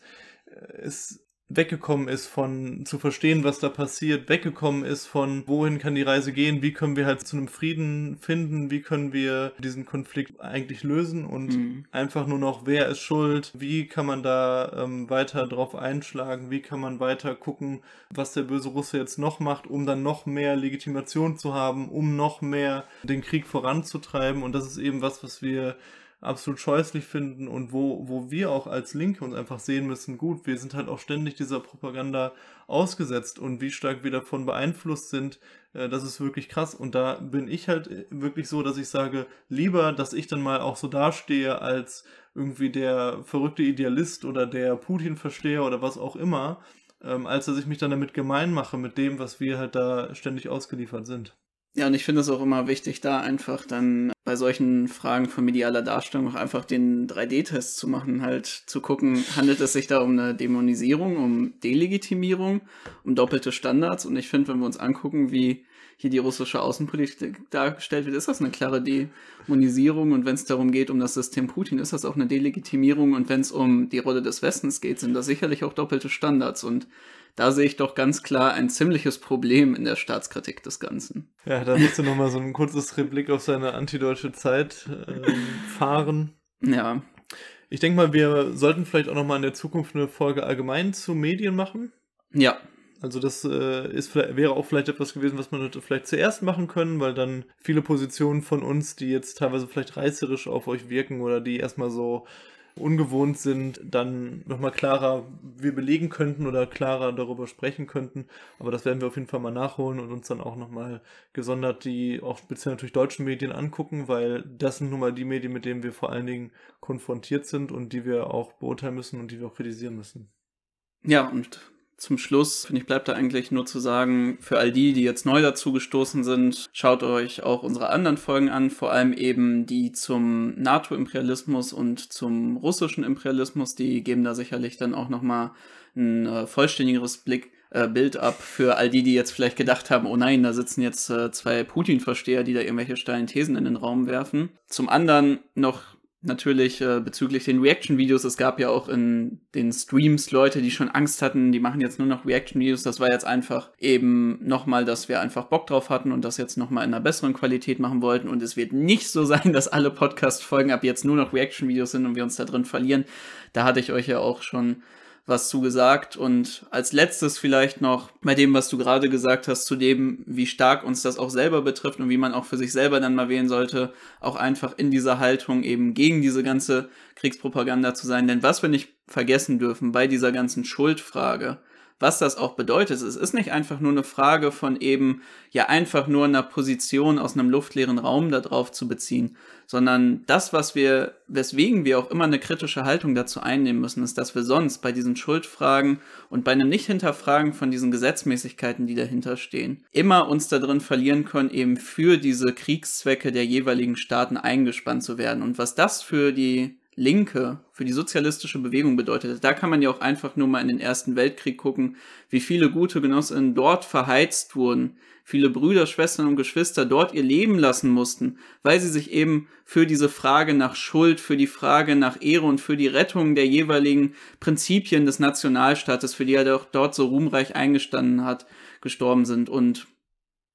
es weggekommen ist von zu verstehen, was da passiert, weggekommen ist von wohin kann die Reise gehen, wie können wir halt zu einem Frieden finden, wie können wir diesen Konflikt eigentlich lösen und mhm. einfach nur noch, wer ist schuld, wie kann man da ähm, weiter drauf einschlagen, wie kann man weiter gucken, was der böse Russe jetzt noch macht, um dann noch mehr Legitimation zu haben, um noch mehr den Krieg voranzutreiben und das ist eben was, was wir absolut scheußlich finden und wo, wo wir auch als Linke uns einfach sehen müssen, gut, wir sind halt auch ständig dieser Propaganda ausgesetzt und wie stark wir davon beeinflusst sind, äh, das ist wirklich krass und da bin ich halt wirklich so, dass ich sage, lieber, dass ich dann mal auch so dastehe als irgendwie der verrückte Idealist oder der Putin-Versteher oder was auch immer, ähm, als dass ich mich dann damit gemein mache mit dem, was wir halt da ständig ausgeliefert sind.
Ja, und ich finde es auch immer wichtig, da einfach dann bei solchen Fragen von medialer Darstellung auch einfach den drei D Test zu machen, halt zu gucken, handelt es sich da um eine Dämonisierung, um Delegitimierung, um doppelte Standards und ich finde, wenn wir uns angucken, wie hier die russische Außenpolitik dargestellt wird, ist das eine klare Dämonisierung und wenn es darum geht, um das System Putin, ist das auch eine Delegitimierung und wenn es um die Rolle des Westens geht, sind das sicherlich auch doppelte Standards und da sehe ich doch ganz klar ein ziemliches Problem in der Staatskritik des Ganzen.
Ja, da musst du nochmal so ein kurzes Replik auf seine antideutsche Zeit äh, fahren.
Ja.
Ich denke mal, wir sollten vielleicht auch nochmal in der Zukunft eine Folge allgemein zu Medien machen.
Ja.
Also das äh, ist, wäre auch vielleicht etwas gewesen, was man hätte vielleicht zuerst machen können, weil dann viele Positionen von uns, die jetzt teilweise vielleicht reißerisch auf euch wirken oder die erstmal so ungewohnt sind, dann nochmal klarer wir belegen könnten oder klarer darüber sprechen könnten. Aber das werden wir auf jeden Fall mal nachholen und uns dann auch nochmal gesondert die auch speziell natürlich deutschen Medien angucken, weil das sind nun mal die Medien, mit denen wir vor allen Dingen konfrontiert sind und die wir auch beurteilen müssen und die wir auch kritisieren müssen.
Ja, und zum Schluss, finde ich, bleibt da eigentlich nur zu sagen, für all die, die jetzt neu dazu gestoßen sind, schaut euch auch unsere anderen Folgen an, vor allem eben die zum NATO-Imperialismus und zum russischen Imperialismus, die geben da sicherlich dann auch nochmal ein äh, vollständigeres Blick, äh, Bild ab für all die, die jetzt vielleicht gedacht haben, oh nein, da sitzen jetzt äh, zwei Putin-Versteher, die da irgendwelche steilen Thesen in den Raum werfen. Zum anderen noch natürlich äh, bezüglich den Reaction-Videos, es gab ja auch in den Streams Leute, die schon Angst hatten, die machen jetzt nur noch Reaction-Videos, das war jetzt einfach eben nochmal, dass wir einfach Bock drauf hatten und das jetzt nochmal in einer besseren Qualität machen wollten und es wird nicht so sein, dass alle Podcast-Folgen ab jetzt nur noch Reaction-Videos sind und wir uns da drin verlieren, da hatte ich euch ja auch schon was zu gesagt und als letztes vielleicht noch bei dem, was du gerade gesagt hast, zu dem, wie stark uns das auch selber betrifft und wie man auch für sich selber dann mal wählen sollte, auch einfach in dieser Haltung eben gegen diese ganze Kriegspropaganda zu sein, denn was wir nicht vergessen dürfen bei dieser ganzen Schuldfrage, was das auch bedeutet, es ist nicht einfach nur eine Frage von eben, ja einfach nur einer Position aus einem luftleeren Raum da drauf zu beziehen, sondern das, was wir, weswegen wir auch immer eine kritische Haltung dazu einnehmen müssen, ist, dass wir sonst bei diesen Schuldfragen und bei einem Nicht-Hinterfragen von diesen Gesetzmäßigkeiten, die dahinter stehen, immer uns da drin verlieren können, eben für diese Kriegszwecke der jeweiligen Staaten eingespannt zu werden. Und was das für die Linke, für die sozialistische Bewegung bedeutet, da kann man ja auch einfach nur mal in den Ersten Weltkrieg gucken, wie viele gute Genossinnen dort verheizt wurden, viele Brüder, Schwestern und Geschwister dort ihr Leben lassen mussten, weil sie sich eben für diese Frage nach Schuld, für die Frage nach Ehre und für die Rettung der jeweiligen Prinzipien des Nationalstaates, für die er doch dort so ruhmreich eingestanden hat, gestorben sind. Und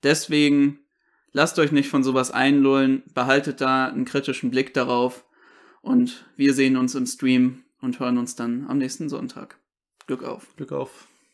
deswegen lasst euch nicht von sowas einlullen, behaltet da einen kritischen Blick darauf. Und wir sehen uns im Stream und hören uns dann am nächsten Sonntag. Glück auf.
Glück auf.